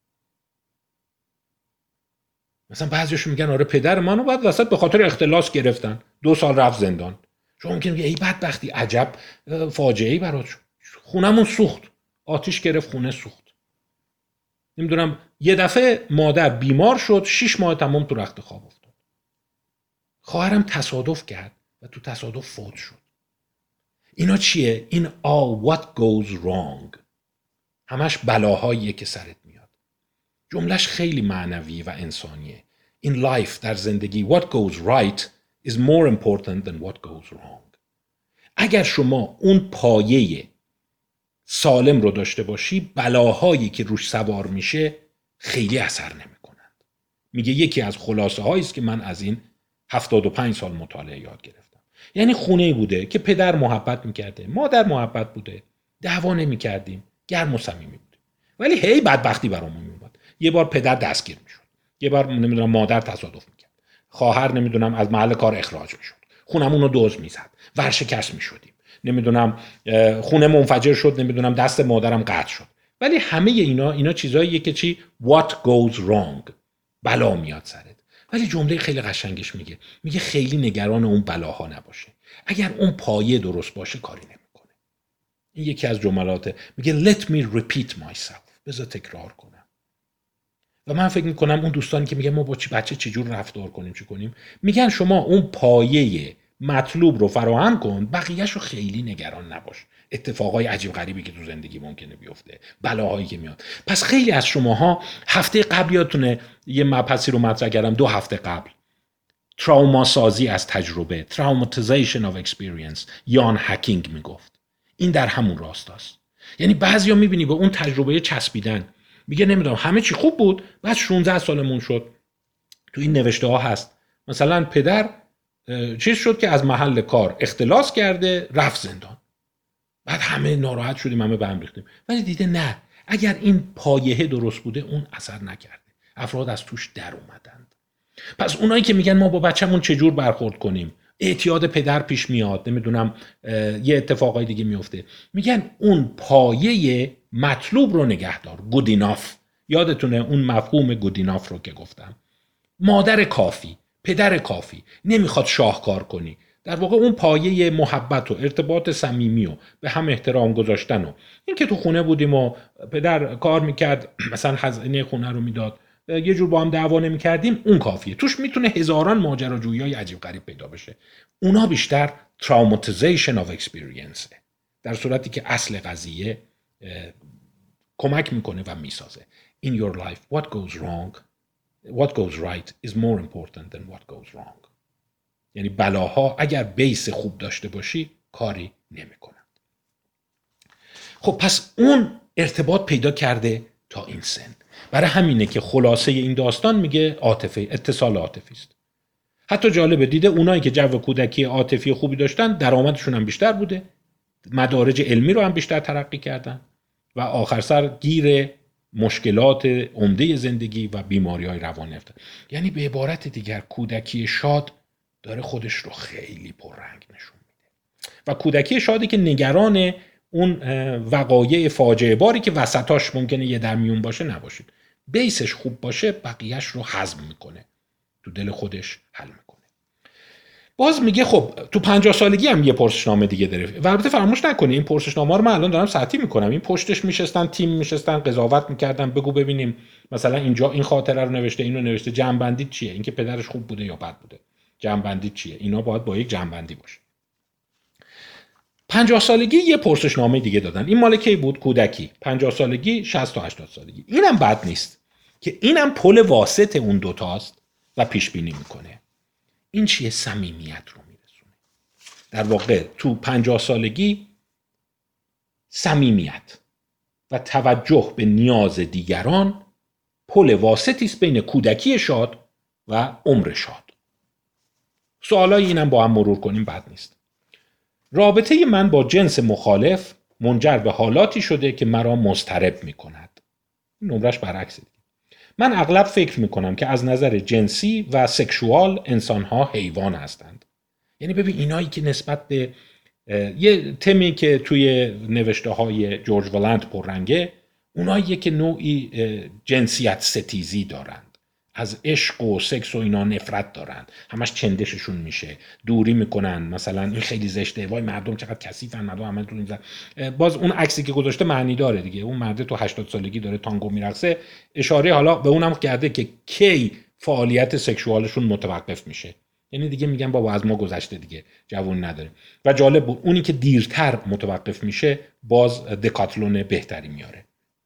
مثلا بعضیشون میگن آره پدر منو بعد وسط به خاطر اختلاس گرفتن 2 سال رفت زندان. شما ممکنه بگی ای بدبختی، عجب فاجعه‌ای برات شد، خونمون سوخت، آتیش گرفت، خونه سوخت. نمیدونم یه دفعه مادر بیمار شد، 6 ماه تمام تو رخت خواب افتاد. خواهرم تصادف کرد و تو تصادف فوت شد. اینا چیه؟ این what goes wrong. همش بلاهاییه که سرت میاد. جملهش خیلی معنوی و انسانیه. In life، در زندگی، what goes right is more important than what goes wrong. اگر شما اون پایه سالم رو داشته باشی، بلاهایی که روش سوار میشه خیلی اثر نمی کنند. میگه یکی از خلاصه هایی است که من از این 75 سال مطالعه یاد گرفتم. یعنی خونه‌ای بوده که پدر محبت میکرده، مادر محبت بوده، دعوا نمیکردیم، گرم و صمیمی بود. ولی هی بدبختی برامون میومد. یه بار پدر دستگیر میشد، یه بار نمیدونم مادر تصادف میکرد، خواهر نمیدونم از محل کار اخراج میشد، خونمون رو دزد میزد، ورشکست میشدیم، نمیدونم خونه منفجر شد، نمیدونم دست مادرم قطع شد. ولی همه اینا چیزاییه که چی؟ what goes wrong. بلا میاد سرت. ولی جمله خیلی قشنگش میگه خیلی نگران اون بلاها نباشه. اگر اون پایه درست باشه کاری نمیکنه. این یکی از جملاته. میگه let me repeat myself. بذار تکرار کنم. و من فکر میکنم اون دوستانی که میگن ما با بچه چجور رفتار کنیم چی کنیم، میگن شما اون پایه مطلوب رو فراهم کن، بقیه‌اش رو خیلی نگران نباش. اتفاقای عجیب غریبی که تو زندگی ممکنه بیفته، بلاهایی که میاد. پس خیلی از شماها هفته قبل یادتونه یه مبحثی رو مطرح کردم، 2 هفته قبل، تراوما سازی از تجربه، traumatization of experience، یان هکینگ میگفت. این در همون راستاست. یعنی بعضیا میبینی به اون تجربه چسبیدن، میگه نمیدونم همه چی خوب بود، بعد 16 سالمون شد. تو این نوشته ها هست مثلا پدر چیز شد که از محل کار اختلاس کرده، رفت زندان. بعد همه ناراحت شدیم، همه به هم ریختیم. ولی دیده نه، اگر این پایه درست بوده اون اثر نکرده، افراد از توش در اومدند. پس اونایی که میگن ما با بچه‌مون چجور برخورد کنیم، اعتیاد پدر پیش میاد، نمیدونم یه اتفاقای دیگه میفته، میگن اون پایه مطلوب رو نگه دار. good enough. یادتونه اون مفهوم good enough رو که گفتم. مادر کافی، پدر کافی، نمیخواد شاهکار کنی. در واقع اون پایه محبت و ارتباط صمیمی و به هم احترام گذاشتن و این که تو خونه بودیم و پدر کار میکرد مثلا هزینه خونه رو میداد، یه جور با هم دعوا نمیکردیم، اون کافیه. توش میتونه هزاران ماجراجویی‌های عجیب غریب پیدا بشه. اونا بیشتر traumatization of experience، در صورتی که اصل قضیه کمک میکنه و میسازه. In your life what goes right is more important than what goes wrong. یعنی بلاها اگر بیس خوب داشته باشی کاری نمیکنند. خب پس اون ارتباط پیدا کرده تا این سن. برای همینه که خلاصه این داستان میگه عاطفه، اتصال عاطفی است. حتی جالبه دیده اونایی که جو کودکی عاطفی خوبی داشتن درآمدشون هم بیشتر بوده، مدارج علمی رو هم بیشتر ترقی کردن و آخر سر گیر مشکلات عمده زندگی و بیماری‌های روانی افتادن. یعنی به عبارت دیگر کودکی شاد داره خودش رو خیلی پررنگ نشون میده و کودکی شادی که نگران اون وقایع فاجعه باری که وسطاش ممکنه یه در میون باشه نباشید. بیسش خوب باشه بقیهش رو هضم میکنه، تو دل خودش حل میکنه. باز میگه خب تو 50 سالگی هم یه پرسشنامه دیگه داره و البته فراموش نکنی این پرسشنامه رو من الان دارم سطحی میکنم. این پشتش میشستن تیم میشستن قضاوت میکردن، بگو ببینیم مثلا اینجا این خاطره رو نوشته، اینو نوشته، جمع‌بندی چیه، اینکه پدرش خوب بوده یا بد بوده، جمع‌بندی چیه. اینا باید با یک جمع‌بندی باشه. 50 سالگی یه پرسشنامه دیگه دادن. این مال کی بود؟ کودکی. 50 سالگی، 60 تا 80 سالگی. اینم بد نیست که اینم پل واسط اون دوتاست و پیش بینی میکنه. این چیه؟ صمیمیت رو میرسونه. در واقع تو 50 سالگی صمیمیت و توجه به نیاز دیگران پل واسطی است بین کودکی شاد و عمر شاد. سوالای اینم با هم مرور کنیم بد نیست. رابطه من با جنس مخالف منجر به حالاتی شده که مرا مضطرب می کند. نمرش برعکسه. من اغلب فکر می کنم که از نظر جنسی و سکشوال انسانها حیوان هستند. یعنی ببین اینایی که نسبت به یه تمی که توی نوشته های جورج ولند پررنگه، اونایی که نوعی جنسیت ستیزی دارند، از عشق و سکس و اینا نفرت دارن، همش چندششون میشه، دوری میکنن، مثلا این خیلی زشته، وای مردم چقدر کثیفن، مردم همه دور میزنن. باز اون عکسی که گذاشته معنی داره دیگه، اون مرد تو 80 سالگی داره تانگو میرقصه، اشاره حالا به اونم کرده که کی فعالیت سکشوالشون متوقف میشه. یعنی دیگه میگن بابا از ما گذشته دیگه، جوون نداره. و جالب بود اونی که دیرتر متوقف میشه باز دکاتلون بهتری میاره.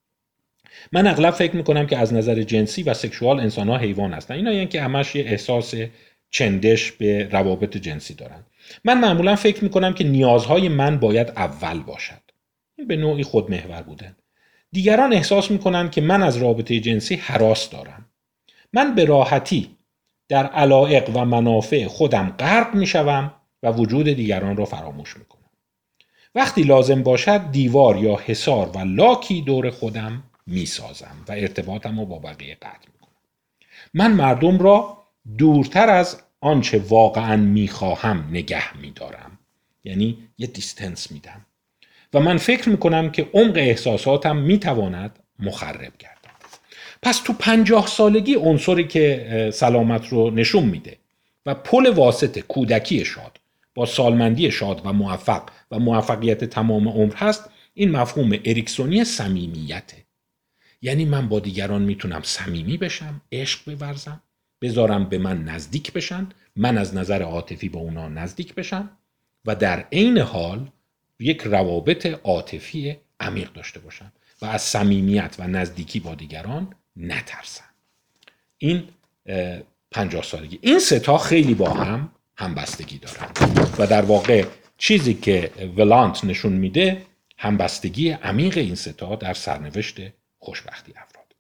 من اغلب فکر میکنم که از نظر جنسی و سکشوال انسان‌ها حیوان هستن. اینا یعنی که همش یه احساس چندش به روابط جنسی دارن. من معمولا فکر میکنم که نیازهای من باید اول باشد. این به نوعی خودمحور بودن. دیگران احساس میکنن که من از رابطه جنسی هراس دارم. من به راحتی در علایق و منافع خودم غرق میشوم و وجود دیگران را فراموش میکنم. وقتی لازم باشد دیوار یا حصار و لاکی دور خودم میسازم و ارتباطم رو با بقیه قطع میکنم. من مردم را دورتر از آنچه واقعا میخواهم نگه میدارم. یعنی یه دیستنس میدم. و من فکر میکنم که عمق احساساتم میتواند مخرب گردد. پس تو 50 سالگی عنصری که سلامت رو نشون میده و پل واسط کودکی شاد با سالمندی شاد و موفق و موفقیت تمام عمر هست، این مفهوم اریکسونی صمیمیته. یعنی من با دیگران میتونم صمیمی بشم، عشق بورزم، بذارم به من نزدیک بشن، من از نظر عاطفی با اونا نزدیک بشم و در عین حال یک روابط عاطفی عمیق داشته باشم و از صمیمیت و نزدیکی با دیگران نترسم. این 50 سالگی. این سه تا خیلی با هم همبستگی دارن و در واقع چیزی که ولانت نشون میده همبستگی عمیق این سه تا در سرنوشت خوشبختی افراد.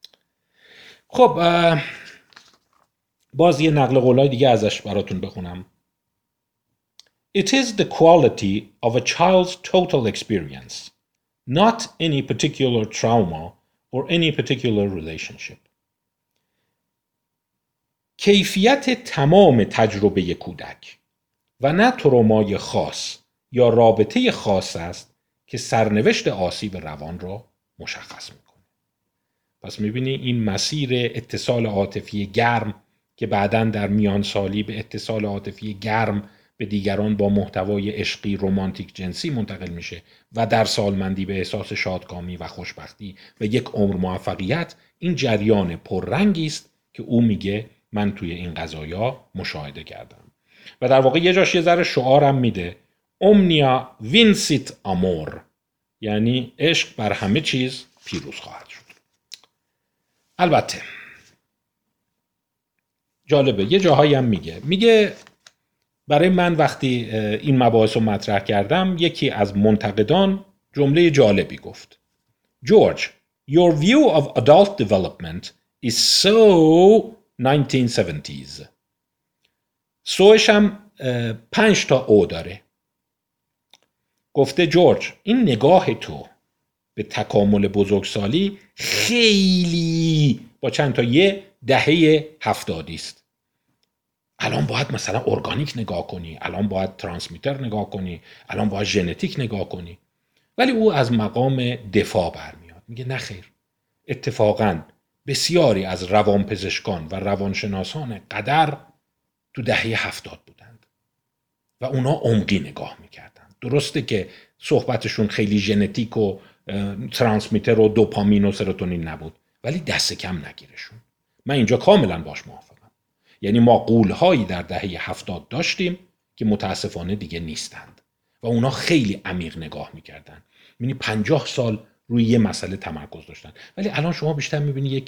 خب باز یه نقل قولای دیگه ازش براتون بخونم. It is the quality of a child's total experience, not any particular trauma or any particular relationship. کیفیت تمام تجربه کودک و نه ترومای خاص یا رابطه خاص است که سرنوشت آسیب روان را مشخص میکنه. پس میبینی این مسیر اتصال عاطفی گرم که بعداً در میان سالی به اتصال عاطفی گرم به دیگران با محتوای عشقی، رمانتیک، جنسی منتقل میشه و در سالمندی به احساس شادکامی و خوشبختی و یک عمر موفقیت، این جریان پررنگی است که او میگه من توی این قضایا مشاهده کردم. و در واقع یه جاش یه ذره شعارم میده اومنیا وینسیت آمور، یعنی عشق بر همه چیز پیروز خواهد شد. البته جالبه یه جاهایی هم میگه برای من وقتی این مباحث رو مطرح کردم یکی از منتقدان جمله جالبی گفت. George, your view of adult development is so 1970s. سوش هم 5 تا او داره. گفته جورج این نگاه تو به تکامل بزرگسالی خیلی با چند تا یه دهه 70 است. الان باید مثلا ارگانیک نگاه کنی، الان باید ترانسمیتر نگاه کنی، الان باید ژنتیک نگاه کنی. ولی او از مقام دفاع برمیاد، میگه نه خیر، اتفاقاً بسیاری از روانپزشکان و روانشناسان قدر تو دهه 70 بودند و اونا عمقی نگاه میکردن. درسته که صحبتشون خیلی ژنتیک و ترانسمیتر و دوپامین و سروتونین نبود، ولی دست کم نگیرشون. من اینجا کاملا باش موافقم. یعنی ما غول‌هایی در دهه 70 داشتیم که متاسفانه دیگه نیستند و اونا خیلی عمیق نگاه میکردن. یعنی 50 سال روی یه مسئله تمرکز داشتن. ولی الان شما بیشتر میبینی یک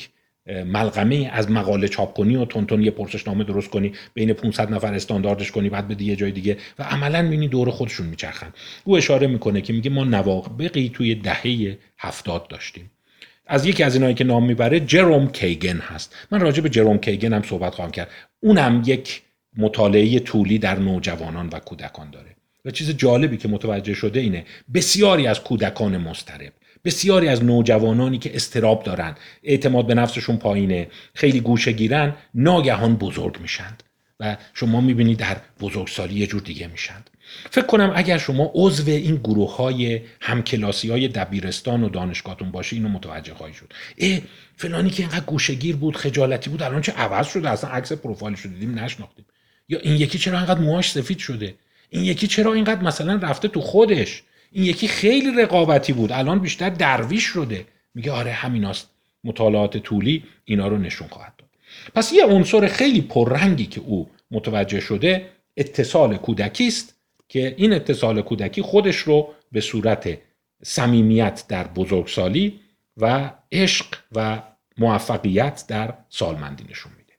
ملغمه از مقاله چاپ کنی و تون یه پرسشنامه درست کنی، بین 500 نفر استانداردش کنی، بعد بدی یه جای دیگه و عملاً می‌بینی دور خودشون میچرخن. او اشاره میکنه که میگه ما نوابغی توی دهه 70 داشتیم. از یکی از اینایی که نام میبره جروم کیگن هست. من راجع به جروم کیگن هم صحبت خواهم کرد. اونم یک مطالعه طولی در نوجوانان و کودکان داره. و چیز جالبی که متوجه شده اینه بسیاری از کودکان مضطرب، بسیاری از نوجوانانی که اضطراب دارن، اعتماد به نفسشون پایینه، خیلی گوشه‌گیرن، ناگهان بزرگ میشن و شما میبینید در بزرگسالی یه جور دیگه میشن. فکر کنم اگر شما عضو این گروه‌های همکلاسی‌های دبیرستان و دانشگاهتون باشی اینو متوجه خواهی شد. فلانی که اینقدر گوشه‌گیر بود، خجالتی بود، الان چه عوض شده، اصلا عکس پروفایلش رو دیدیم نشناختیم. یا این یکی چرا اینقدر موهاش سفید شده، این یکی چرا اینقدر مثلا رفته تو خودش، این یکی خیلی رقابتی بود الان بیشتر درویش شده. میگه آره همیناست. مطالعات طولی اینا رو نشون خواهد داد. پس یه عنصر خیلی پررنگی که او متوجه شده اتصال کودکی است که این اتصال کودکی خودش رو به صورت صمیمیت در بزرگسالی و عشق و موفقیت در سالمندی نشون میده.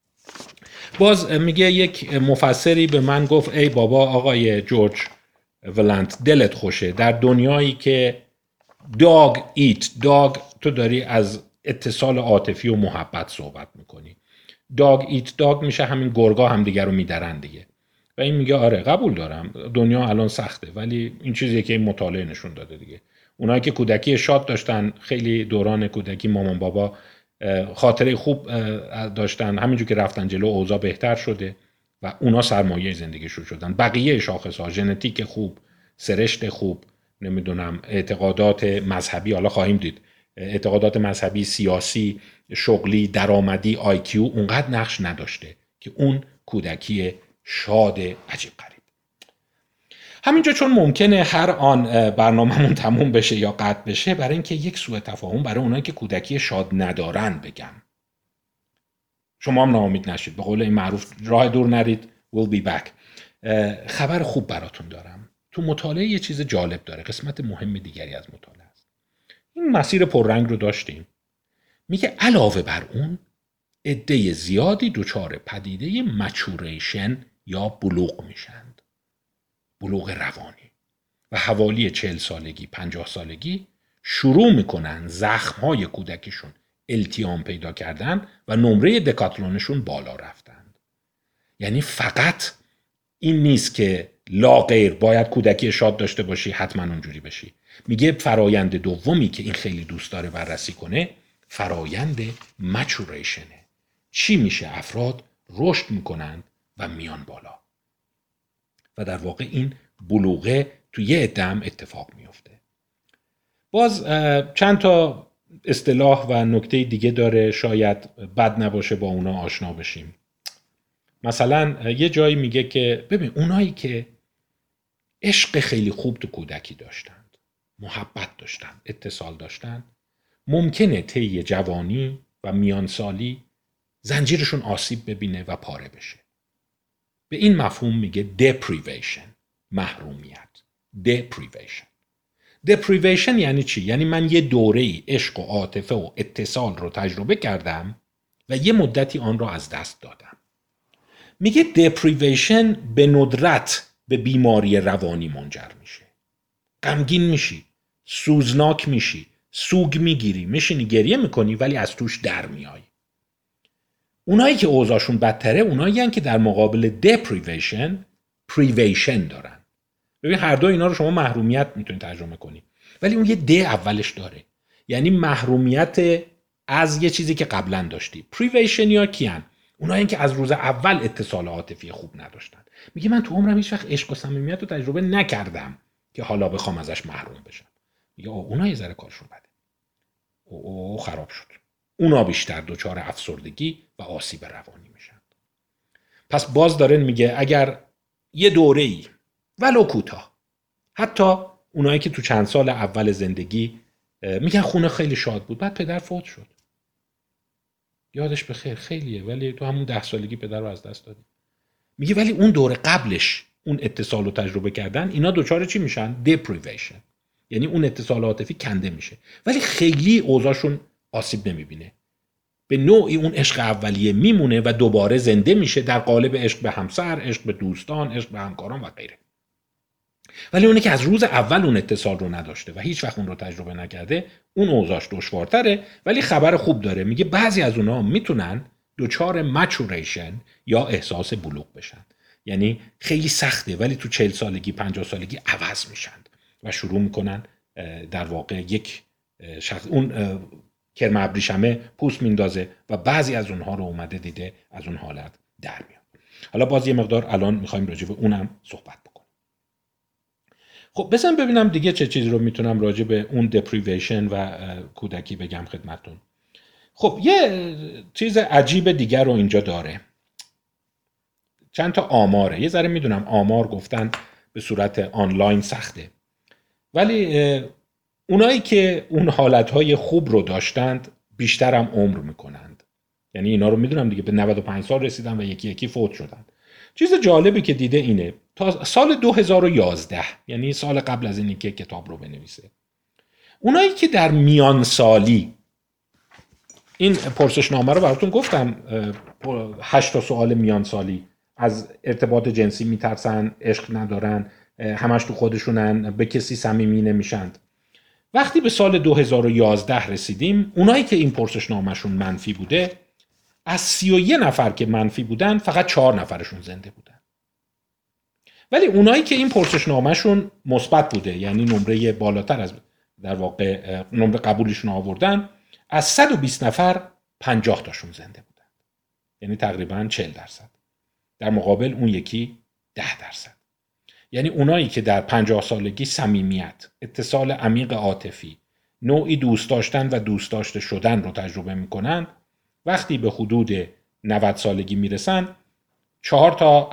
باز میگه یک مفسری به من گفت ای بابا آقای جورج ولنت، دلت خوشه در دنیایی که داگ ایت، داگ تو داری از اتصال عاطفی و محبت صحبت میکنی، داگ ایت داگ میشه همین گرگا هم دیگر رو میدرن دیگه. و این میگه آره قبول دارم دنیا الان سخته، ولی این چیزیه که این مطالعه نشون داده دیگه. اونایی که کودکی شاد داشتن، خیلی دوران کودکی مامان بابا خاطره خوب داشتن، همینجور که رفتن جلو اوضاع بهتر شده و اونا سرمایه زندگیشون شدن. بقیه شاخص‌ها، ژنتیک خوب، سرشت خوب، نمیدونم اعتقادات مذهبی، حالا خواهیم دید اعتقادات مذهبی، سیاسی، شغلی، درآمدی، IQ اونقدر نقش نداشته که اون کودکی شاد عجیب غریب. همینجا چون ممکنه هر آن برنامه‌مون تموم بشه یا قطع بشه، برای اینکه یک سوء تفاهم برای اونایی که کودکی شاد ندارن بگم. شما هم ناامید نشید، به قول این معروف راه دور نرید، we'll be back. خبر خوب براتون دارم. تو مطالعه یه چیز جالب داره، قسمت مهم دیگری از مطالعه است. این مسیر پررنگ رو داشتیم. میگه علاوه بر اون عده زیادی دچار پدیده مچوریشن یا بلوغ میشند، بلوغ روانی، و حوالی 40 سالگی 50 سالگی شروع میکنن زخمهای کودکیشون التیام پیدا کردن و نمره دکاتلونشون بالا رفتند. یعنی فقط این نیست که لا غیر باید کودکی شاد داشته باشی حتما اونجوری بشی. میگه فرایند دومی که این خیلی دوست داره بررسی کنه فرایند مچوریشنه. چی میشه؟ افراد رشد میکنن و میان بالا و در واقع این بلوغه توی یه عده هم اتفاق میفته. باز چند تا اصطلاح و نکته دیگه داره، شاید بد نباشه با اونا آشنا بشیم. مثلا یه جایی میگه که ببین اونایی که عشق خیلی خوب تو کودکی داشتند، محبت داشتند، اتصال داشتند، ممکنه طی جوانی و میانسالی زنجیرشون آسیب ببینه و پاره بشه. به این مفهوم میگه deprivation، محرومیت. deprivation یعنی چی؟ یعنی من یه دوره‌ای عشق و عاطفه و اتصال رو تجربه کردم و یه مدتی آن رو از دست دادم. میگه deprivation به ندرت به بیماری روانی منجر میشه. غمگین میشی، سوزناک میشی، سوگ میگیری، میشینی گریه میکنی ولی از توش در میای. اونایی که اوضاعشون بدتره اونایی هستن که در مقابل deprivation privation دارن. ببین هر دو اینا رو شما محرومیت میتونید ترجمه کنی، ولی اون یه د اولش داره، یعنی محرومیت از یه چیزی که قبلا داشتی. privation یا کیان؟ اونایی که از روز اول اتصال عاطفی خوب نداشتن. میگه من تو عمرم هیچ وقت عشق و صمیمیت رو تجربه نکردم که حالا بخوام ازش محروم بشم. میگه اونا یه ذره کارشون بده. خراب شد. اونا بیشتر دچار افسردگی و آسیب روانی میشن. پس باز داره میگه اگر یه دوره‌ای ولو کوتاه، حتی اونایی که تو چند سال اول زندگی میگن خونه خیلی شاد بود، بعد پدر فوت شد، یادش بخیر خیلیه، ولی تو همون 10 سالگی پدر رو از دست دادی. میگه ولی اون دوره قبلش اون اتصال رو تجربه کردن، اینا دوچار چی میشن؟ deprivation، یعنی اون اتصال عاطفی کنده میشه ولی خیلی اوضاعشون آسیب نمیبینه. به نوعی اون عشق اولیه میمونه و دوباره زنده میشه در قالب عشق به همسر، عشق به دوستان، عشق به همکاران و غیره. ولی اونی که از روز اول اون اتصال رو نداشته و هیچ وقت اون رو تجربه نکرده، اون اوضاعش دشوارتره. ولی خبر خوب داره، میگه بعضی از اونها میتونن دچار مچوریشن یا احساس بلوغ بشن. یعنی خیلی سخته ولی تو 40 سالگی 50 سالگی عوض میشن و شروع میکنن در واقع یک شخص اون کرم ابریشمه پوست میندازه و بعضی از اونها رو اومده دیده از اون حالت در میاد. حالا باز یه مقدار الان میخوایم راجع به اونم صحبت بکنیم. خب بزن ببینم دیگه چه چیزی رو میتونم راجع به اون دپریویشن و کودکی بگم خدمتتون. خب یه چیز عجیب دیگر رو اینجا داره. چند تا آماره. یه ذره میدونم آمار گفتن به صورت آنلاین سخته. ولی اونایی که اون حالتهای خوب رو داشتند بیشتر هم عمر میکنند. یعنی اینا رو میدونم دیگه به 95 سال رسیدن و یکی یکی فوت شدن. چیز جالبی که دیده اینه تا سال 2011 یعنی سال قبل از اینی که کتاب رو بنویسه، اونایی که در میان سالی، این پرسشنامه رو براتون گفتم 8 تا سوال میان سالی، از ارتباط جنسی میترسن، عشق ندارن، همش تو خودشونن، به کسی صمیمی نمیشند. وقتی به سال 2011 رسیدیم، اونایی که این پرسشنامهشون منفی بوده، از 31 نفر که منفی بودن فقط 4 نفرشون زنده بودن. ولی اونایی که این پرسشنامهشون مثبت بوده، یعنی نمره بالاتر از در واقع نمره قبولشون آوردن، از 120 نفر 50 تاشون زنده بودن. یعنی تقریبا 40%. در مقابل اون یکی 10%. یعنی اونایی که در 50 سالگی صمیمیت، اتصال عمیق عاطفی، نوعی دوست داشتن و دوست داشته شدن رو تجربه میکنن، وقتی به حدود 90 سالگی میرسن 50 تا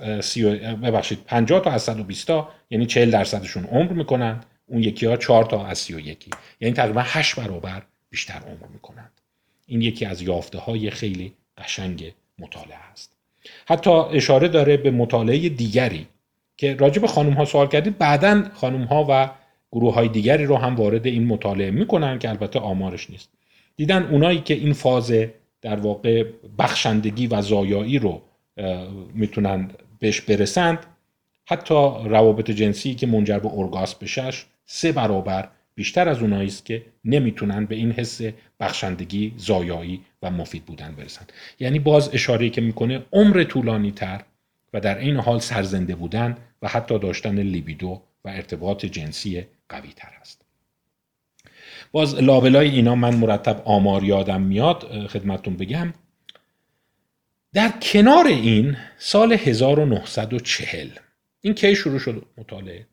از 120 تا یعنی 40%شون عمر میکنن، اون یکی ها 4 تا از 31، یعنی تقریبا 8 برابر بیشتر عمر میکنند. این یکی از یافته های خیلی قشنگ مطالعه است. حتی اشاره داره به مطالعه دیگری که راجع به خانم ها سوال کردید، بعداً خانم ها و گروه های دیگری رو هم وارد این مطالعه میکنن که البته آمارش نیست. دیدن اونایی که این فاز در واقع بخشندگی و زایایی رو میتونن بهش برسند، حتی روابط جنسی که منجر به ارگاسم بشش 3 برابر بیشتر از اونایی است که نمیتونن به این حس بخشندگی، زایایی و مفید بودن برسن. یعنی باز اشاره‌ای که میکنه عمر طولانی تر و در این حال سرزنده بودن و حتی داشتن لیبیدو و ارتباط جنسی قوی تر است. باز لابلای اینا من مرتب آمار یادم میاد خدمتتون بگم. در کنار این سال 1940 این کی شروع شد مطالعه؟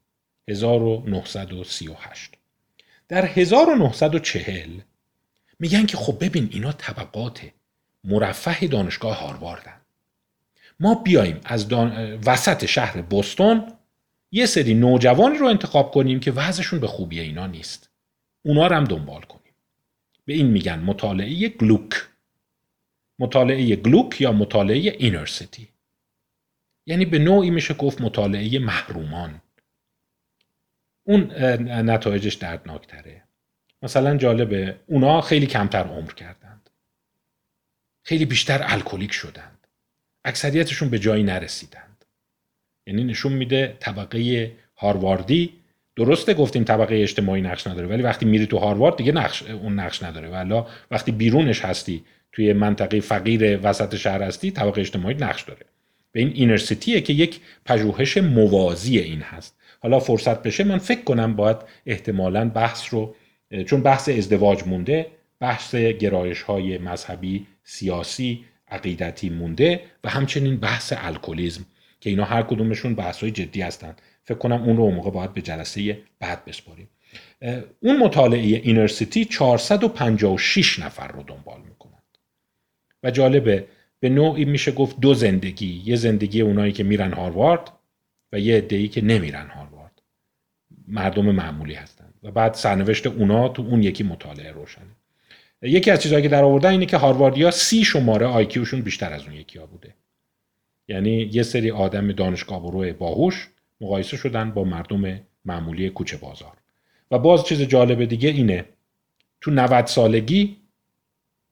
1938. در 1940 میگن که خب ببین اینا طبقات مرفه دانشگاه هارواردن، ما بیایم از وسط شهر بوستون یه سری نوجوانی رو انتخاب کنیم که وضعشون به خوبی اینا نیست، اونا رو هم دنبال کنیم. به این میگن مطالعه گلوک. مطالعه گلوک یا مطالعه اینرسیتی، یعنی به نوعی میشه گفت مطالعه محرومان. اون نتایجش دردناکتره. مثلا جالبه اونا خیلی کمتر عمر کردند، خیلی بیشتر الکلیک شدند، اکثریتشون به جایی نرسیدند. یعنی نشون میده طبقه هارواردی، درسته گفتیم طبقه اجتماعی نقش نداره، ولی وقتی میری تو هاروارد دیگه اون نقش نداره. والا وقتی بیرونش هستی، توی منطقه فقیر وسط شهر هستی، طبقه اجتماعی نقش داره. به این اینرسیتیه که یک پژوهش موازی این هست. حالا فرصت بشه من فکر کنم باید احتمالاً بحث رو، چون بحث ازدواج مونده، بحث گرایش‌های مذهبی، سیاسی، عقیدتی مونده و همچنین بحث الکلیسم که اینا هر کدومشون بحث‌های جدی هستن. فکر کنم اون رو اون موقع باید به جلسه بعد بسپاریم. اون مطالعه اینرسیتی 456 نفر رو دنبال میکنند و جالبه به نوعی میشه گفت دو زندگی، یه زندگی اونایی که میرن هاروارد و یه عده‌ای که نمیرن هاروارد، مردم معمولی هستن و بعد سرنوشت اونا تو اون یکی مطالعه روشنه. یکی از چیزهایی که در آوردن اینه که هارواردیا 30 شماره آیکیوشون بیشتر از اون یکی‌ها بوده. یعنی یه سری آدم دانشگاه برو باهوش مقایسه شدن با مردم معمولی کوچه بازار. و باز چیز جالب دیگه اینه، تو 90 سالگی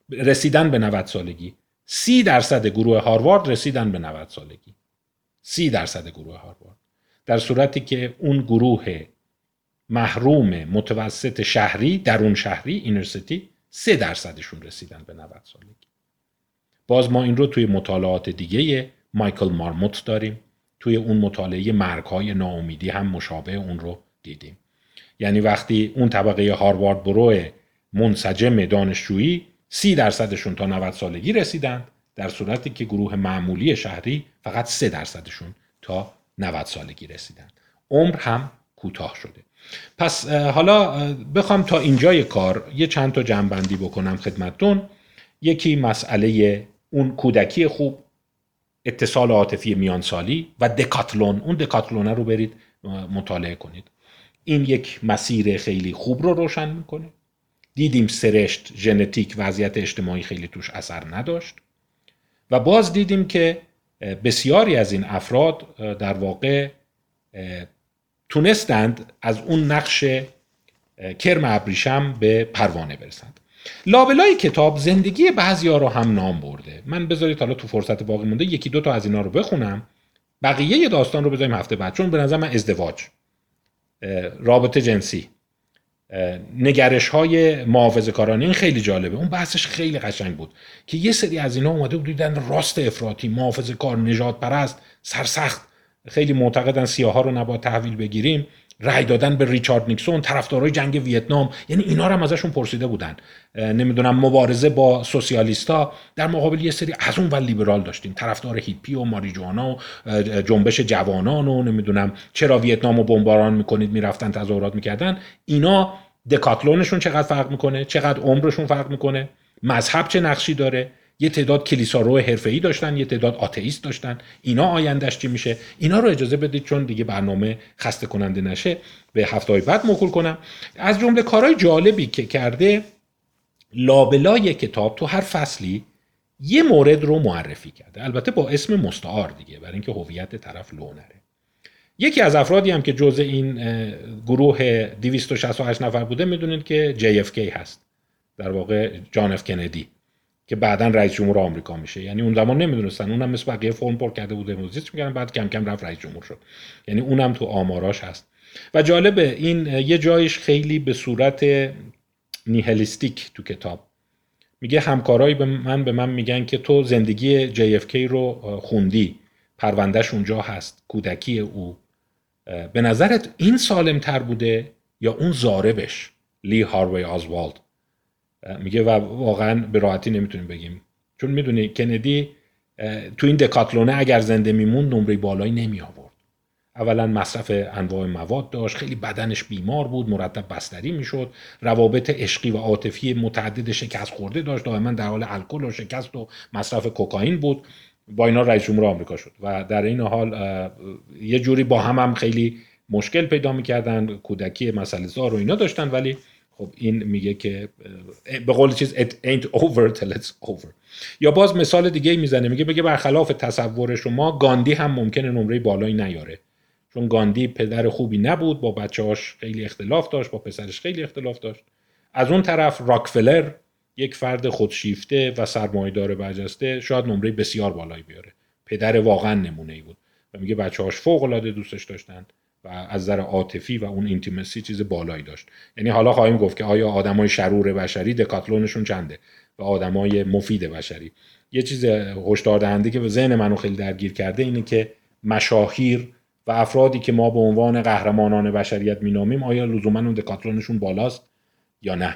رسیدن به 90 سالگی. 30% گروه هاروارد رسیدن به 90 سالگی. 30% گروه هاروارد. در صورتی که اون گروه محروم متوسط شهری، درون شهری، اینر سیتی، 3%شون رسیدن به 90 سالگی. باز ما این رو توی مطالعات دیگه مایکل مارموت داریم. توی اون مطالعه مرگ‌های ناامیدی هم مشابه اون رو دیدیم. یعنی وقتی اون طبقه هاروارد برو منسجم دانشجویی 30%شون تا 90 سالگی رسیدند، در صورتی که گروه معمولی شهری فقط 3%شون تا 90 سالگی رسیدند. عمر هم کوتاه شده. پس حالا بخوام تا اینجای کار یه چند تا جمع‌بندی بکنم خدمتتون. یکی مسئله اون کودکی خوب، اتصال عاطفی میانسالی و دکاتلون. اون دکاتلون رو برید مطالعه کنید. این یک مسیر خیلی خوب رو روشن میکنه. دیدیم سرشت، ژنتیک، وضعیت اجتماعی خیلی توش اثر نداشت و باز دیدیم که بسیاری از این افراد در واقع تونستند از اون نقش کرم ابریشم به پروانه برسند. لابلای کتاب زندگی بعضیا رو هم نام برده. من بذارید حالا تو فرصت باقی مونده یکی دو تا از اینا رو بخونم، بقیه داستان رو بذاریم هفته بعد، چون به نظر من ازدواج، رابطه جنسی، نگرش های محافظه‌کارانه، این خیلی جالبه. اون بحثش خیلی قشنگ بود که یه سری از اینا اومده بود دیدن راست افراطی، محافظه‌کار، نژاد پرست، سرسخت، خیلی معتقدن سیاها رو نباید تحویل بگیریم، رأی دادن به ریچارد نیکسون، طرفدارای جنگ ویتنام، یعنی اینا رو هم ازشون پرسیده بودن. نمیدونم مبارزه با سوسیالیستا، در مقابل یه سری از اون ور لیبرال داشتیم، طرفدار هیپی و ماریجوانا و جنبش جوانان و نمیدونم چرا ویتنام رو بمباران میکنید، میرفتن تظاهرات میکردن. اینا دکاتلونشون چقدر فرق میکنه، چقدر عمرشون فرق میکنه، مذهب چه نقشی داره. یه تعداد کلیسارو حرفه‌ای داشتن، یه تعداد آتئیست داشتن. اینا آیندهش چی میشه؟ اینا رو اجازه بدید چون دیگه برنامه خسته کننده نشه به هفته‌های بعد موکول کنم. از جمله کارهای جالبی که کرده، لابلای کتاب تو هر فصلی یه مورد رو معرفی کرده، البته با اسم مستعار دیگه، برای اینکه هویت طرف لو نره. یکی از افرادی هم که جزء این گروه 268 نفر بوده میدونید که JFK هست، در واقع جان اف کندی، که بعداً رئیس جمهور آمریکا میشه. یعنی اون زمان نمیدونستن، اونم مثل بقیه فرم پر کرده بود امروزیست میگن، بعد کم کم رفت رئیس جمهور شد. یعنی اونم تو آماراش هست. و جالبه این یه جایش خیلی به صورت نیهلیستیک تو کتاب میگه همکارای به من میگن که تو زندگی JFK رو خوندی، پروندهش اونجا هست، کودکی او، به نظرت این سالم تر بوده یا اون ضاربش لی هاروی آزوالد؟ میگه و واقعا به راحتی نمیتونیم بگیم، چون میدونی کندی تو این دکاتلونه اگر زنده میمون نمره بالایی نمی آورد. اولا مصرف انواع مواد داشت، خیلی بدنش بیمار بود، مرتب بستری میشد، روابط عشقی و عاطفی متعدد شکست خورده داشت، دائما در حال الکل و شکست و مصرف کوکائین بود. با اینا رئیس جمهور آمریکا شد و در این حال یه جوری با هم خیلی مشکل پیدا میکردن، کودکی مسئله زار و اینا داشتن. ولی خب این میگه که به قول چیز it ain't over till it's over. یا باز مثال دیگه میزنه، میگه برخلاف تصور شما گاندی هم ممکنه نمره بالایی نیاره، چون گاندی پدر خوبی نبود، با بچه‌هاش خیلی اختلاف داشت، با پسرش خیلی اختلاف داشت. از اون طرف راکفلر یک فرد خودشیفته و سرمایه‌دار برجسته شاید نمره بسیار بالایی بیاره، پدر واقعا نمونه‌ای بود و میگه بچه‌هاش فوق‌العاده دوستش داشتن و از نظر عاطفی و اون اینتیمسی چیز بالایی داشت. یعنی حالا خواهیم گفت که آیا آدمای شرور بشری دکاتلونشون چنده و آدمای مفید بشری. یه چیز هشدار دهنده که به ذهن منو خیلی درگیر کرده اینه که مشاهیر و افرادی که ما به عنوان قهرمانان بشریت مینامیم آیا لزوما اون دکاتلونشون بالاست یا نه؟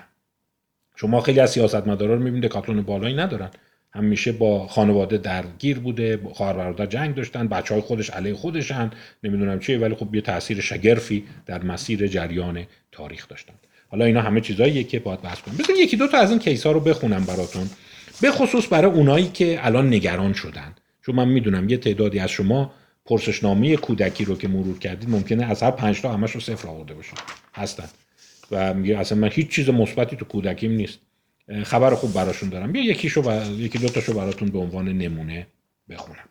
شما خیلی از سیاستمدارا رو میبینید دکاتلون بالایی ندارن، همیشه با خانواده درگیر بوده، خواهر برادر جنگ داشتن، بچهای خودش علیه خودشن، نمیدونم چیه، ولی خب یه تاثیر شگرفی در مسیر جریان تاریخ داشتن. حالا اینا همه چیزاییه که باید بحث کنیم. بذارید یکی دو تا از این کیس‌ها رو بخونم براتون، به خصوص برای اونایی که الان نگران شدن، چون من میدونم یه تعدادی از شما پرسشنامه کودکی رو که مرور کردید ممکنه از هر 5 تا همش رو صفر آورده باشن هستن و میگه اصلا من هیچ چیز مثبتی تو کودکیم نیست. خبر خوب براشون دارم، بیا یکی دو تاشو براتون به عنوان نمونه بخونم.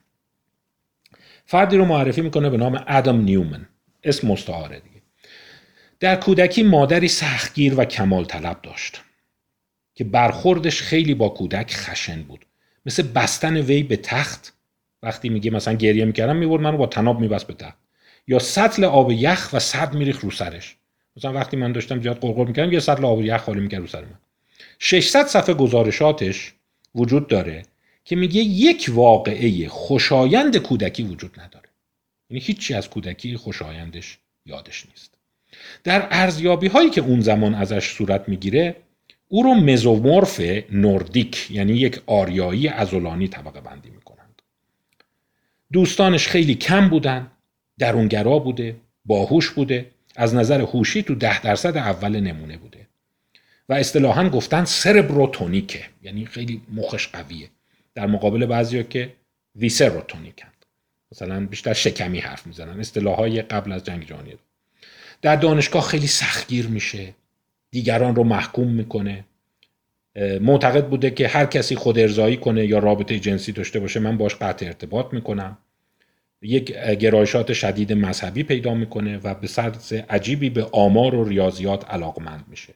فردی رو معرفی میکنه به نام ادم نیومن، اسم مستعاره دیگه. در کودکی مادری سختگیر و کمال طلب داشت. که برخوردش خیلی با کودک خشن بود، مثل بستن وی به تخت. وقتی میگه مثلا گریه میکردم میبرد منو با طناب میبست به تخت، یا سطل آب یخ و سد میریخت رو سرش. مثلا وقتی من داشتم زیاد قرقر میکردم یه سطل آب یخ خالی میکرد رو سر من. 600 صفحه گزارشاتش وجود داره که میگه یک واقعه خوشایند کودکی وجود نداره. یعنی هیچی از کودکی خوشایندش یادش نیست. در ارزیابی هایی که اون زمان ازش صورت میگیره، او رو مزومورف نوردیک، یعنی یک آریایی عضلانی طبقه بندی میکنند. دوستانش خیلی کم بودن، درونگرا بوده، باهوش بوده، از نظر هوشی تو 10% اول نمونه بوده و اصطلاحاً گفتن سربروتونیکه، یعنی خیلی مخش قویه، در مقابل بعضیا که ویسروتونیکن، مثلا بیشتر شکمی حرف میزنن، اصطلاحای قبل از جنگ جهانی. در دانشگاه خیلی سختگیر میشه، دیگران رو محکوم میکنه، معتقد بوده که هر کسی خود ارضایی کنه یا رابطه جنسی داشته باشه من باش قطع ارتباط میکنم. یک گرایشات شدید مذهبی پیدا میکنه و به طرز عجیبی به آمار و ریاضیات علاقمند میشه.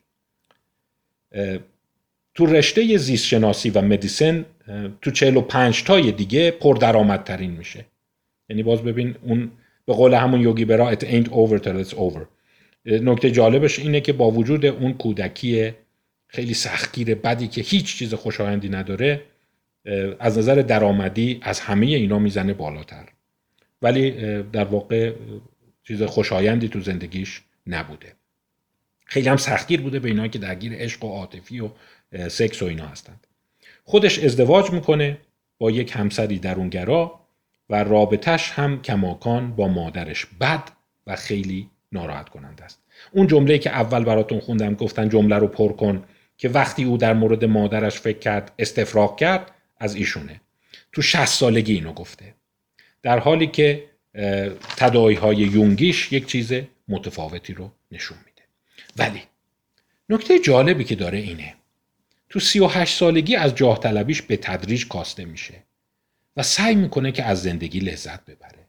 تو رشته زیست شناسی و مدیسن تو 45 تای دیگه پردرآمدترین میشه. یعنی باز ببین اون به قول همون یوگی برا it ain't over till it's over. نکته جالبش اینه که با وجود اون کودکی خیلی سختگیر بدی که هیچ چیز خوشایندی نداره، از نظر درآمدی از همه اینا میزنه بالاتر، ولی در واقع چیز خوشایندی تو زندگیش نبوده. خیلی هم سختگیر بوده به اینایی که درگیر عشق و عاطفی و سکس و اینا هستند. خودش ازدواج میکنه با یک همسری درونگرا و رابطش هم کماکان با مادرش بد و خیلی ناراحت کننده است. اون جمله‌ای که اول براتون خوندم، گفتن جمله رو پر کن، که وقتی او در مورد مادرش فکر کرد استفراغ کرد، از ایشونه. تو 60 سالگی اینو گفته، در حالی که تداعی‌های یونگیش یک چیز متفاوتی رو نشون میده. ولی نکته جالبی که داره اینه، تو 38 سالگی از جاه طلبیش به تدریج کاسته میشه و سعی میکنه که از زندگی لذت ببره.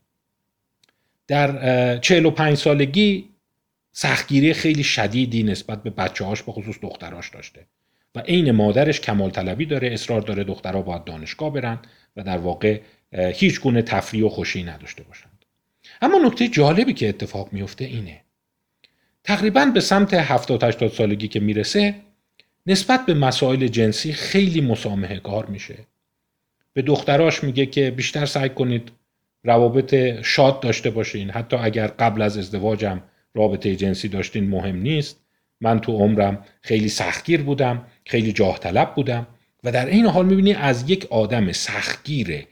در 45 سالگی سختگیری خیلی شدیدی نسبت به بچه‌هاش به خصوص دختراش داشته و عین مادرش کمال طلبی داره، اصرار داره دخترها باید دانشگاه برن و در واقع هیچ گونه تفریح و خوشی نداشته باشند. اما نکته جالبی که اتفاق میفته اینه، تقریباً به سمت 70-80 سالگی که میرسه نسبت به مسائل جنسی خیلی مسامحه‌کار میشه. به دختراش میگه که بیشتر سعی کنید روابط شاد داشته باشین، حتی اگر قبل از ازدواجم رابطه جنسی داشتین مهم نیست. من تو عمرم خیلی سختگیر بودم، خیلی جاه طلب بودم. و در این حال میبینی از یک آدم سختگیر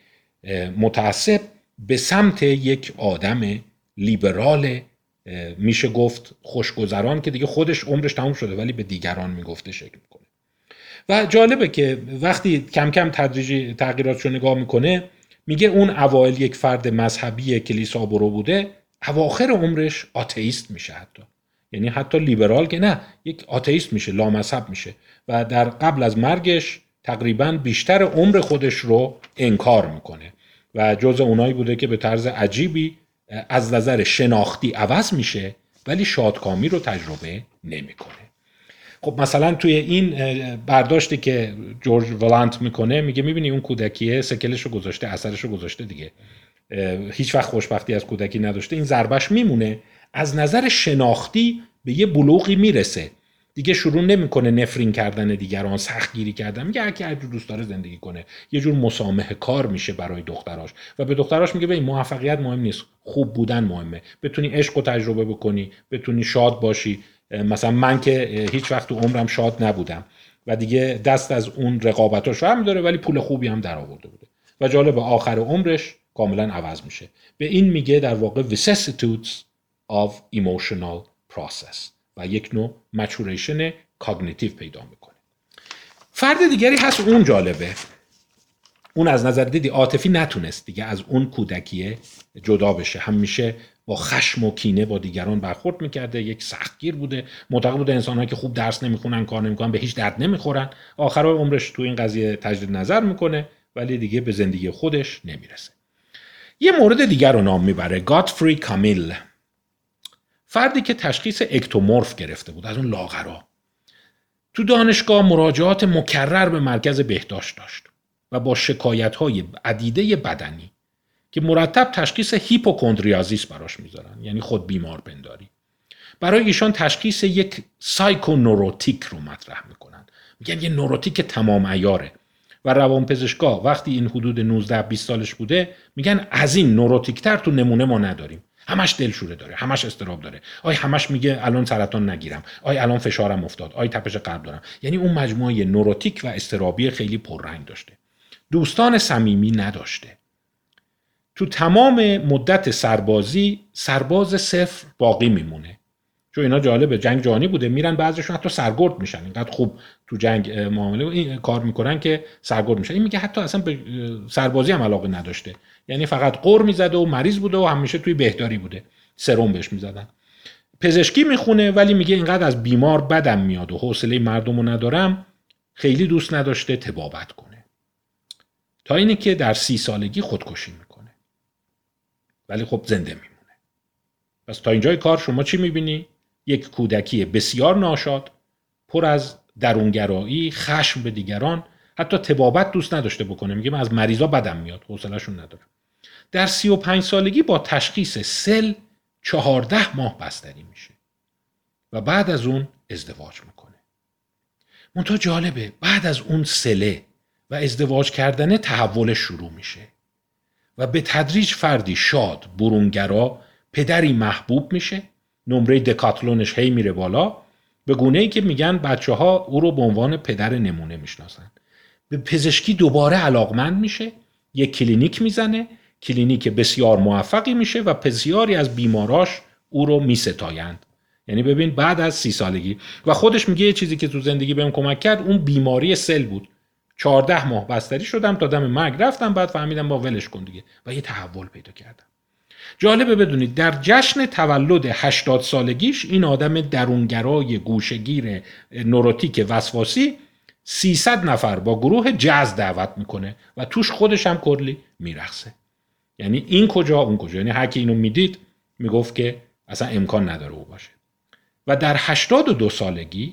متعصب به سمت یک آدم لیبرال، میشه گفت خوشگذران، که دیگه خودش عمرش تموم شده ولی به دیگران میگفته شکل میکنه. و جالبه که وقتی کم کم تدریجی تغییراتش رو نگاه میکنه، میگه اون اوایل یک فرد مذهبی کلیسا برو بوده، اواخر عمرش آتئیست میشه، یعنی حتی لیبرال که نه، یک آتئیست میشه، لامذهب میشه و در قبل از مرگش تقریبا بیشتر عمر خودش رو انکار میکنه و جز اونایی بوده که به طرز عجیبی از نظر شناختی عوض میشه ولی شادکامی رو تجربه نمیکنه. خب مثلا توی این برداشتی که جورج ولانت میکنه، میگه میبینی اون کودکیه سکلش رو گذاشته، اثرش رو گذاشته دیگه، هیچ وقت خوشبختی از کودکی نداشته، این ضربش میمونه، از نظر شناختی به یه بلوغی میرسه دیگه، شروع نمیکنه نفرین کردن دیگران، سختگیری کردن، میگه هر کی هر جور دوست داره زندگی کنه، یه جور مسامحه کار میشه برای دختراش و به دختراش میگه ببین موفقیت مهم نیست، خوب بودن مهمه، بتونی عشق رو تجربه بکنی، بتونی شاد باشی. مثلا من که هیچ وقت تو عمرم شاد نبودم و دیگه دست از اون رقابتاش هم داره ولی پول خوبی هم در آورده بوده و جالب آخر عمرش کاملا عوض میشه. به این میگه در واقع vicissitudes of emotional process و یک نوع maturation cognitive پیدا میکنه. فرد دیگری هست، اون جالبه، اون از نظر دیدی عاطفی نتونست دیگه از اون کودکیه جدا بشه، همیشه با خشم و کینه با دیگران برخورد میکرده، یک سختگیر بوده، معتقد بوده انسان‌هایی که خوب درس نمیخونن، کار نمیکنن، به هیچ درد نمیخورن. آخرای عمرش تو این قضیه تجدید نظر میکنه ولی دیگه به زندگی خودش نمیرسه. یه مورد دیگر رو نام میبره، گاتفری کامیل، فردی که تشخیص اکتومورف گرفته بود، از اون لاغرا. تو دانشگاه مراجعات مکرر به مرکز بهداشت داشت و با شکایت‌های عدیده بدنی که مرتب تشخیص هیپوکندریازیس براش میذارن، یعنی خود بیمار پنداری. برای ایشان تشخیص یک سایکونوروتیک رو مطرح میکنن، میگن یه نوروتیک تمام عیاره و روانپزشکا وقتی این حدود 19-20 سالش بوده میگن از این نوروتیکتر تو نمونه ما نداریم. همش دلشوره داره، همش اضطراب داره، همش میگه الان سرطان نگیرم، الان فشارم افتاد، تپش قلب دارم. یعنی اون مجموعه نوروتیک و اضطرابی خیلی پررنگ داشته. دوستان صمیمی نداشته. تو تمام مدت سربازی سرباز صفر باقی میمونه. چون اینا جالبه، جنگ جهانی بوده، میرن بعضیشون حتی سرگرد میشن، اینقدر خوب تو جنگ معامله کار میکنن که سرگرد میشن. این میگه حتی اصلا به سربازی هم علاقه نداشته، یعنی فقط قر میزده و مریض بوده و همیشه توی بهداری بوده، سرم بهش میزدن. پزشکی میخونه ولی میگه اینقدر از بیمار بدم میاد و حوصله مردمو ندارم، خیلی دوست نداشته طبابت کنه. تا اینه که در 30 سالگی خودکشی میکنه. ولی خب زنده میمونه. پس تا اینجای کار شما چی میبینی؟ یک کودکی بسیار ناشاد، پر از درونگرایی، خشم به دیگران، حتی طبابت دوست نداشته بکنه. میگه من از مریضا بدم میاد، حوصله‌شون ندارم. در 35 سالگی با تشخیص سل 14 ماه بستری میشه و بعد از اون ازدواج میکنه. منتها جالبه، بعد از اون سله و ازدواج کردن تحولش شروع میشه و به تدریج فردی شاد، برونگرا، پدری محبوب میشه. نمره دکاتلونش هی میره بالا، به گونه‌ای که میگن بچه‌ها او رو به عنوان پدر نمونه میشناسن. به پزشکی دوباره علاقمند میشه، یک کلینیک میزنه، کلینیک بسیار موفقی میشه و بسیاری از بیماراش او رو میستایند. یعنی ببین بعد از 30 سالگی و خودش میگه یه چیزی که تو زندگی بهم کمک کرد اون بیماری سل بود. 14 ماه بستری شدم تا دم مرگ رفتم، بعد فهمیدم با ولش کن دیگه و یه تحول پیدا کردم. جالبه بدونید در جشن تولد 80 سالگیش این آدم درونگرای گوشه‌گیر نوروتیک وسواسی 300 نفر با گروه جاز دعوت میکنه و توش خودش هم کلی میرقصه. یعنی این کجا اون کجا، یعنی هر کی اینو میدید میگفت که اصلا امکان نداره او باشه. و در 82 سالگی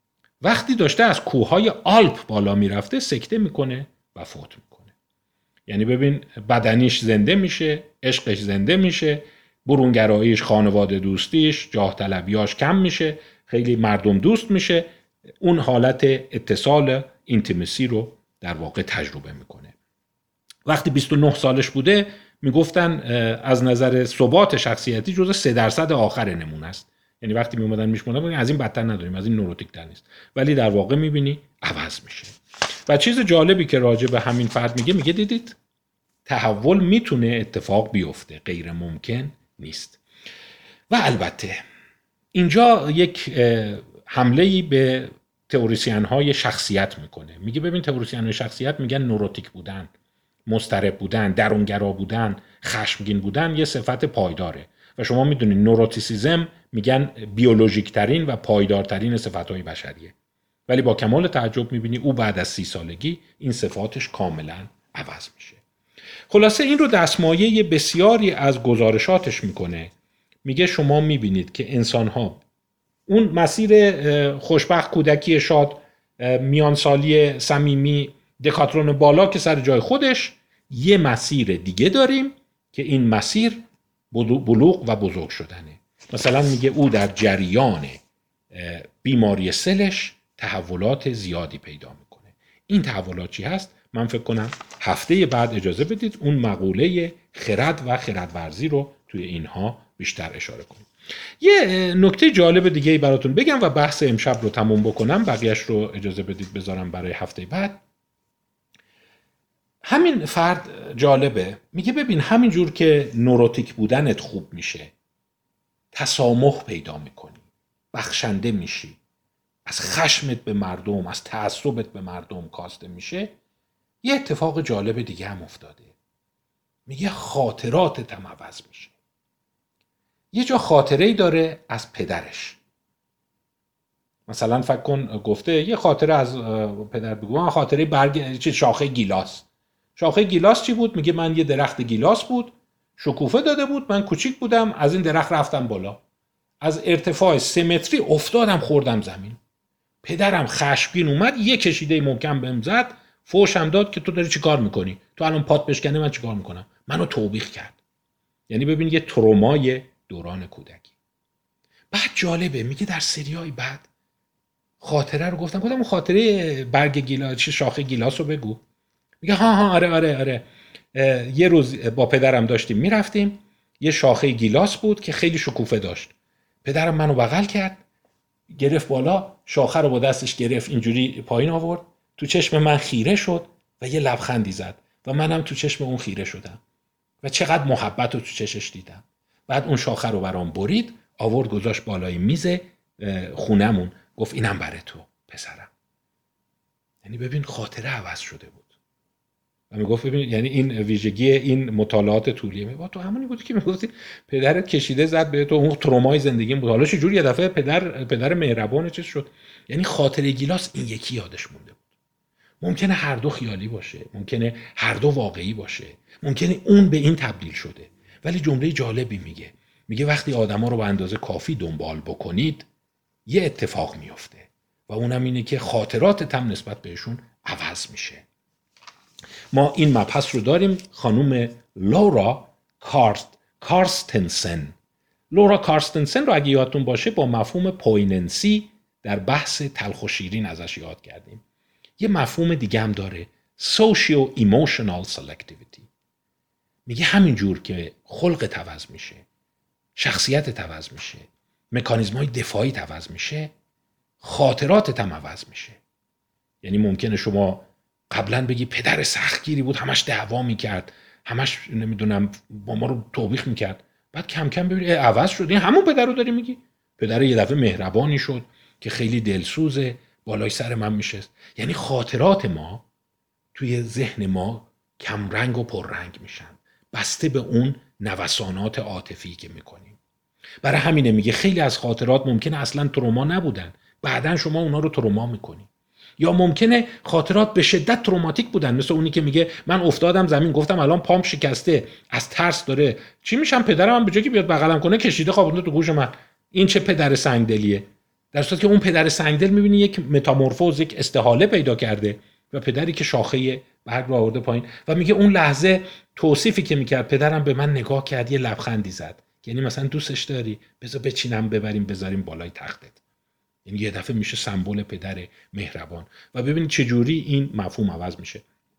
وقتی داشته از کوههای آلپ بالا میرفته سکته میکنه و فوت میکنه. یعنی ببین بدنیش زنده میشه، عشقش زنده میشه، برونگراییش، خانواده دوستیش، جاه طلبیاش کم میشه، خیلی مردم دوست میشه، اون حالت اتصال اینتیمسی رو در واقع تجربه میکنه. وقتی 29 سالش بوده میگفتن از نظر ثبات شخصیتی جزو 3% آخر نمونه است. یعنی وقتی میومدن میشمونن از این بدتر نداریم، از این نوروتیک تر نیست، ولی در واقع میبینی عوض میشه. و چیز جالبی که راجع به همین فرد میگه دیدید تحول میتونه اتفاق بیفته، غیر ممکن نیست. و البته اینجا یک حمله‌ای به تئوریسین‌های شخصیت میکنه. میگه ببین تئوریسین‌های شخصیت میگن نوروتیک بودن، مضطرب بودن، درونگرا بودن، خشمگین بودن یه صفت پایداره و شما میدونید نوروتیسیزم میگن بیولوژیک ترین و پایدارترین صفت‌های بشریه. ولی با کمال تعجب میبینی او بعد از 30 سالگی این صفاتش کاملا عوض میشه. خلاصه این رو دستمایه بسیاری از گزارشاتش میکنه. میگه شما میبینید که انسان‌ها اون مسیر خوشبخت، کودکی شاد، میانسالی صمیمی، دکاترون بالا که سر جای خودش، یه مسیر دیگه داریم که این مسیر بلوغ و بزرگ شدنه. مثلا میگه او در جریان بیماری سلش تحولات زیادی پیدا میکنه. این تحولات چی هست؟ من فکر کنم هفته بعد اجازه بدید اون مقوله خرد و خردورزی رو توی اینها بیشتر اشاره کنیم. یه نکته جالب دیگه براتون بگم و بحث امشب رو تموم بکنم، بقیهش رو اجازه بدید بذارم برای هفته بعد. همین فرد جالبه، میگه ببین همین جور که نوروتیک بودنت خوب میشه، تسامح پیدا میکنی، بخشنده میشی، از خشمت به مردم، از تعصبت به مردم کاسته میشه، یه اتفاق جالب دیگه هم افتاده. میگه خاطراتت هم عوض میشه. یه جا خاطره‌ای داره از پدرش. مثلا فکر کن گفته یه خاطره از پدر بگو، من خاطره شاخه گیلاس. شاخه گیلاس چی بود؟ میگه من یه درخت گیلاس بود، شکوفه داده بود، من کوچیک بودم، از این درخت رفتم بالا، از ارتفاع 3 متری افتادم خوردم زمین. پدرم خشمگین اومد، یه کشیده محکم بهم زد، فحشم داد که تو داری چی کار میکنی؟ تو الان پات بشکنه من چی کار میکنم؟ منو توبیخ کرد. یعنی ببین یه ترومای دوران کودکی. بعد جالبه میگه در سریای بعد خاطره رو گفتم اون خاطره برگ گیلاس، شاخه گیلاس رو بگو. میگه ها آره. یه روز با پدرم داشتیم میرفتیم، یه شاخه گیلاس بود که خیلی شکوفه داشت. پدرم منو بغل کرد، گرفت بالا، شاخه رو با دستش گرفت اینجوری پایین آورد، تو چشم من خیره شد و یه لبخندی زد و منم تو چشم اون خیره شدم و چقدر محبت رو تو چشش دیدم. بعد اون شاخه رو برام برید، آورد گذاشت بالای میز خونمون، گفت اینم برای تو پسرم. یعنی ببین خاطره عوض شده بود. و میگفت ببین یعنی این ویژگی این مطالعات طولیه. میگفت تو همونی بودی که میگفتی پدرت کشیده زد به تو، اون ترومای زندگی بود، حالا چجوری یه دفعه پدر مهربان چیز شد. یعنی خاطره گیلاس این یکی یادش مونده بود. ممکنه هر دو خیالی باشه، ممکنه هر دو واقعی باشه، ممکنه اون به این تبدیل شده. ولی جمله جالبی میگه وقتی آدما رو به اندازه کافی دنبال بکنید یه اتفاق میفته و اونم اینه که خاطرات هم نسبت بهشون عوض میشه. ما این مبحث رو داریم. خانوم لورا کارستنسن. لورا کارستنسن رو اگه یادتون باشه با مفهوم پویننسی در بحث تلخ و شیرین ازش یاد کردیم. یه مفهوم دیگه هم داره، سوشیو ایموشنال سلکتیویتی. میگه همینجور که خلقت عوض میشه، شخصیتت عوض میشه، مکانیزم‌های دفاعی عوض میشه، خاطراتت هم عوض میشه. یعنی ممکنه شما قبلا بگی پدر سختگیری بود، همش دعوا میکرد، همش نمیدونم با ما رو توبیخ میکرد، بعد کم کم ببینی عوض شد. این همون پدر رو داری میگی؟ پدر یه دفعه مهربانی شد که خیلی دلسوزه، بالای سر من میشست. یعنی خاطرات ما توی ذهن ما کم رنگ و پررنگ میشن بسته به اون نوسانات عاطفی که میکنیم. برای همینه میگه خیلی از خاطرات ممکنه اصلا تروما نبودن، بعدن شما اونا رو تروما میکنی. یا ممکنه خاطرات به شدت تروماتیک بودن، مثل اونی که میگه من افتادم زمین، گفتم الان پام شکسته، از ترس داره چی میشم، پدرم هم به جای که بیاد بغلم کنه کشیده خوابونده تو گوش من. این چه پدر سنگدلیه؟ در صورتی که اون پدر سنگدل میبینی یک متامورفوز، یک استحاله پیدا کرده و پدری که شاخه برگ رو آورده پایین. و میگه اون لحظه توصیفی که میکرد، پدرم به من نگاه کرد یه لبخندی زد، یعنی مثلا دوستش داری، بذار بچینم ببریم بذاریم بالای تختت. یعنی یه دفعه میشه سمبل پدر مهربان. و ببینید چجوری این مفهوم عوض میشه.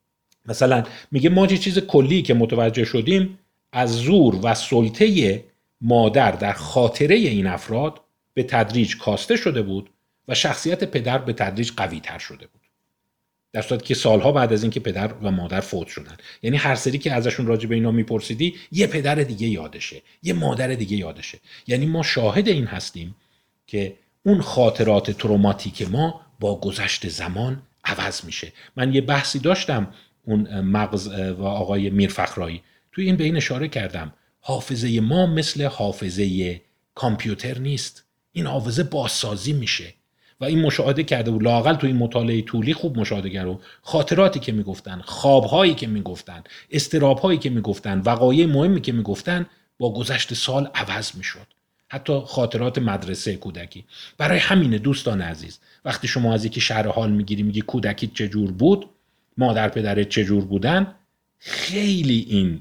مثلا میگه ما چیز کلی که متوجه شدیم از زور و سلطه مادر در خاطره این افراد به تدریج کاسته شده بود و شخصیت پدر به تدریج قوی تر شده بود، در صورتی که سالها بعد از اینکه پدر و مادر فوت شدن. یعنی هر سری که ازشون راجع به اینا میپرسیدی یه پدر دیگه یادشه، یه مادر دیگه یادشه. یعنی ما شاهد این هستیم که اون خاطرات تروماتیک ما با گذشت زمان عوض میشه. من یه بحثی داشتم اون مغز و آقای میرفخرایی، توی این به این اشاره کردم حافظه ما مثل حافظه کامپیوتر نیست، این حافظه بازسازی میشه. و این مشاهده کرده بود، لااقل تو این مطالعه طولی خوب مشاهده کرده، خاطراتی که میگفتن، خوابهایی که میگفتن، اضطرابهایی که میگفتن، وقایع مهمی که میگفتن با گذشت سال عوض میشد. حتی خاطرات مدرسه کودکی. برای همینه دوستان عزیز، وقتی شما از یکی شرح حال میگیری، میگی کودکیت چجور بود، مادر پدرت چجور بودن، خیلی این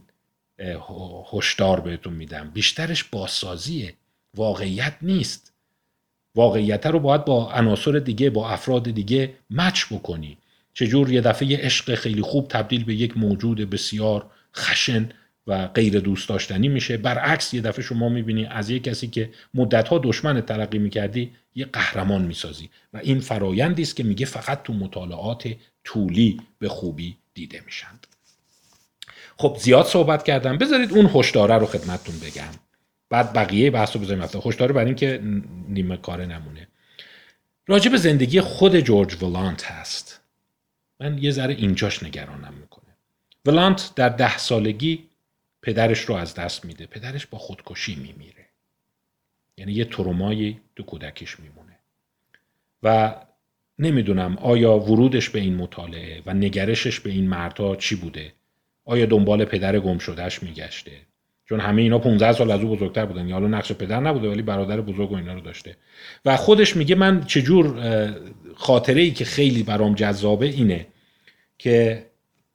هشدار بهتون میدم، بیشترش بازسازیه، واقعیت نیست. واقعیت رو باید با عناصر دیگه، با افراد دیگه مچ بکنی. چجور یه دفعه یه عشق خیلی خوب تبدیل به یک موجود بسیار خشن و غیر دوست داشتنی میشه. برعکس یه دفعه شما میبینی از یک کسی که مدتها دشمن تلقی میکردی یه قهرمان میسازی. و این فرایندی است که میگه فقط تو مطالعات طولی به خوبی دیده میشن. خب زیاد صحبت کردم، بذارید اون هشداره رو خدمتتون بگم، بعد بقیه بحث رو بذاریم افتاد. هشدار برای این که نیمه کاره نمونه. راجع به زندگی خود جورج ولانت هست. من یه ذره اینجاش نگرانم میکنه. ولانت در 10 سالگی پدرش رو از دست میده. پدرش با خودکشی میمیره. یعنی یه ترومایی تو کودکیش میمونه. و نمیدونم آیا ورودش به این مطالعه و نگرشش به این مردها چی بوده؟ آیا دنبال پدر گم شدهش میگشته؟ چون همه اینا 15 سال از او بزرگتر بودن، یا حالا نقش پدر نبوده ولی برادر بزرگ و اینا رو داشته. و خودش میگه من چجور خاطره ای که خیلی برام جذابه اینه که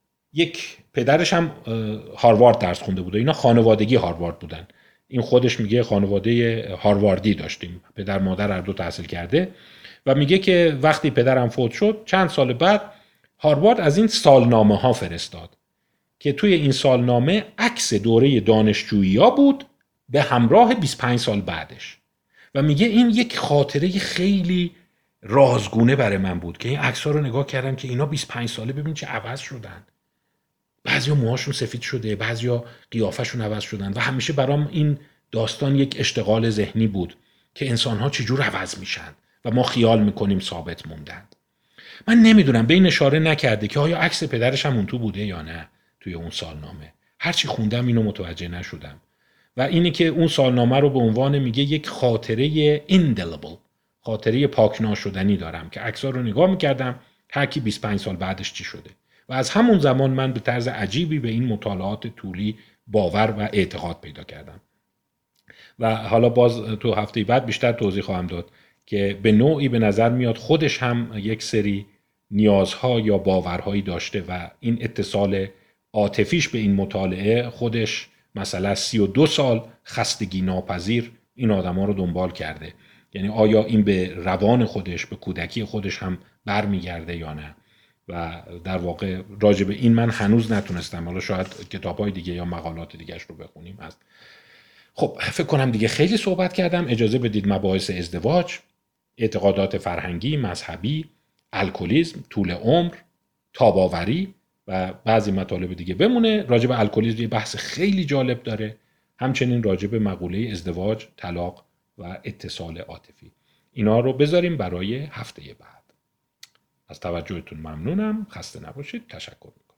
یک پدرش هم هاروارد درس خونده بوده، اینا خانوادگی هاروارد بودن. این خودش میگه خانواده هارواردی داشتیم، پدر مادر هر دو تحصیل کرده. و میگه که وقتی پدرم فوت شد چند سال بعد هاروارد از این سالنامه ها فرستاد که توی این سالنامه عکس دوره دانشجویی ها بود به همراه 25 سال بعدش. و میگه این یک خاطره خیلی رازگونه برای من بود که این عکس ها رو نگاه کردم که اینا 25 ساله ببین چه عوض شدن، بعضیا موهاشون سفید شده، بعضیا قیافشون عوض شدن. و همیشه برام این داستان یک اشتغال ذهنی بود که انسان‌ها چجور عوض میشن و ما خیال میکنیم ثابت موندن. من نمیدونم، به این اشاره نکرده که آیا عکس پدرش هم اون تو بوده یا نه توی اون سالنامه. هرچی خوندم اینو متوجه نشدم. و اینی که اون سالنامه رو به عنوان میگه یک خاطره indelible، خاطره پاک ناشدنی دارم که عکس‌ها رو نگاه میکردم هر کی 25 سال بعدش چی شده. و از همون زمان من به طرز عجیبی به این مطالعات طولی باور و اعتقاد پیدا کردم. و حالا باز تو هفته بعد بیشتر توضیح خواهم داد که به نوعی به نظر میاد خودش هم یک سری نیازها یا باورهایی داشته و این اتصال عاطفیش به این مطالعه خودش مثلا 32 سال خستگی ناپذیر این آدما رو دنبال کرده. یعنی آیا این به روان خودش، به کودکی خودش هم برمیگرده یا نه. و در واقع راجع به این من هنوز نتونستم، حالا شاید کتاب‌های دیگه یا مقالات دیگه‌اش رو بخونیم. خب فکر کنم دیگه خیلی صحبت کردم. اجازه بدید مباحث ازدواج، اعتقادات فرهنگی، مذهبی، الکلیسم، طول عمر، تاباوری و بعضی مطالب دیگه بمونه. راجع به الکلیسم یه بحث خیلی جالب داره، همچنین راجع به مقوله ازدواج، طلاق و اتصال عاطفی. اینا رو بذاریم برای هفته بعد. از توجهتون ممنونم. خسته نباشید. تشکر.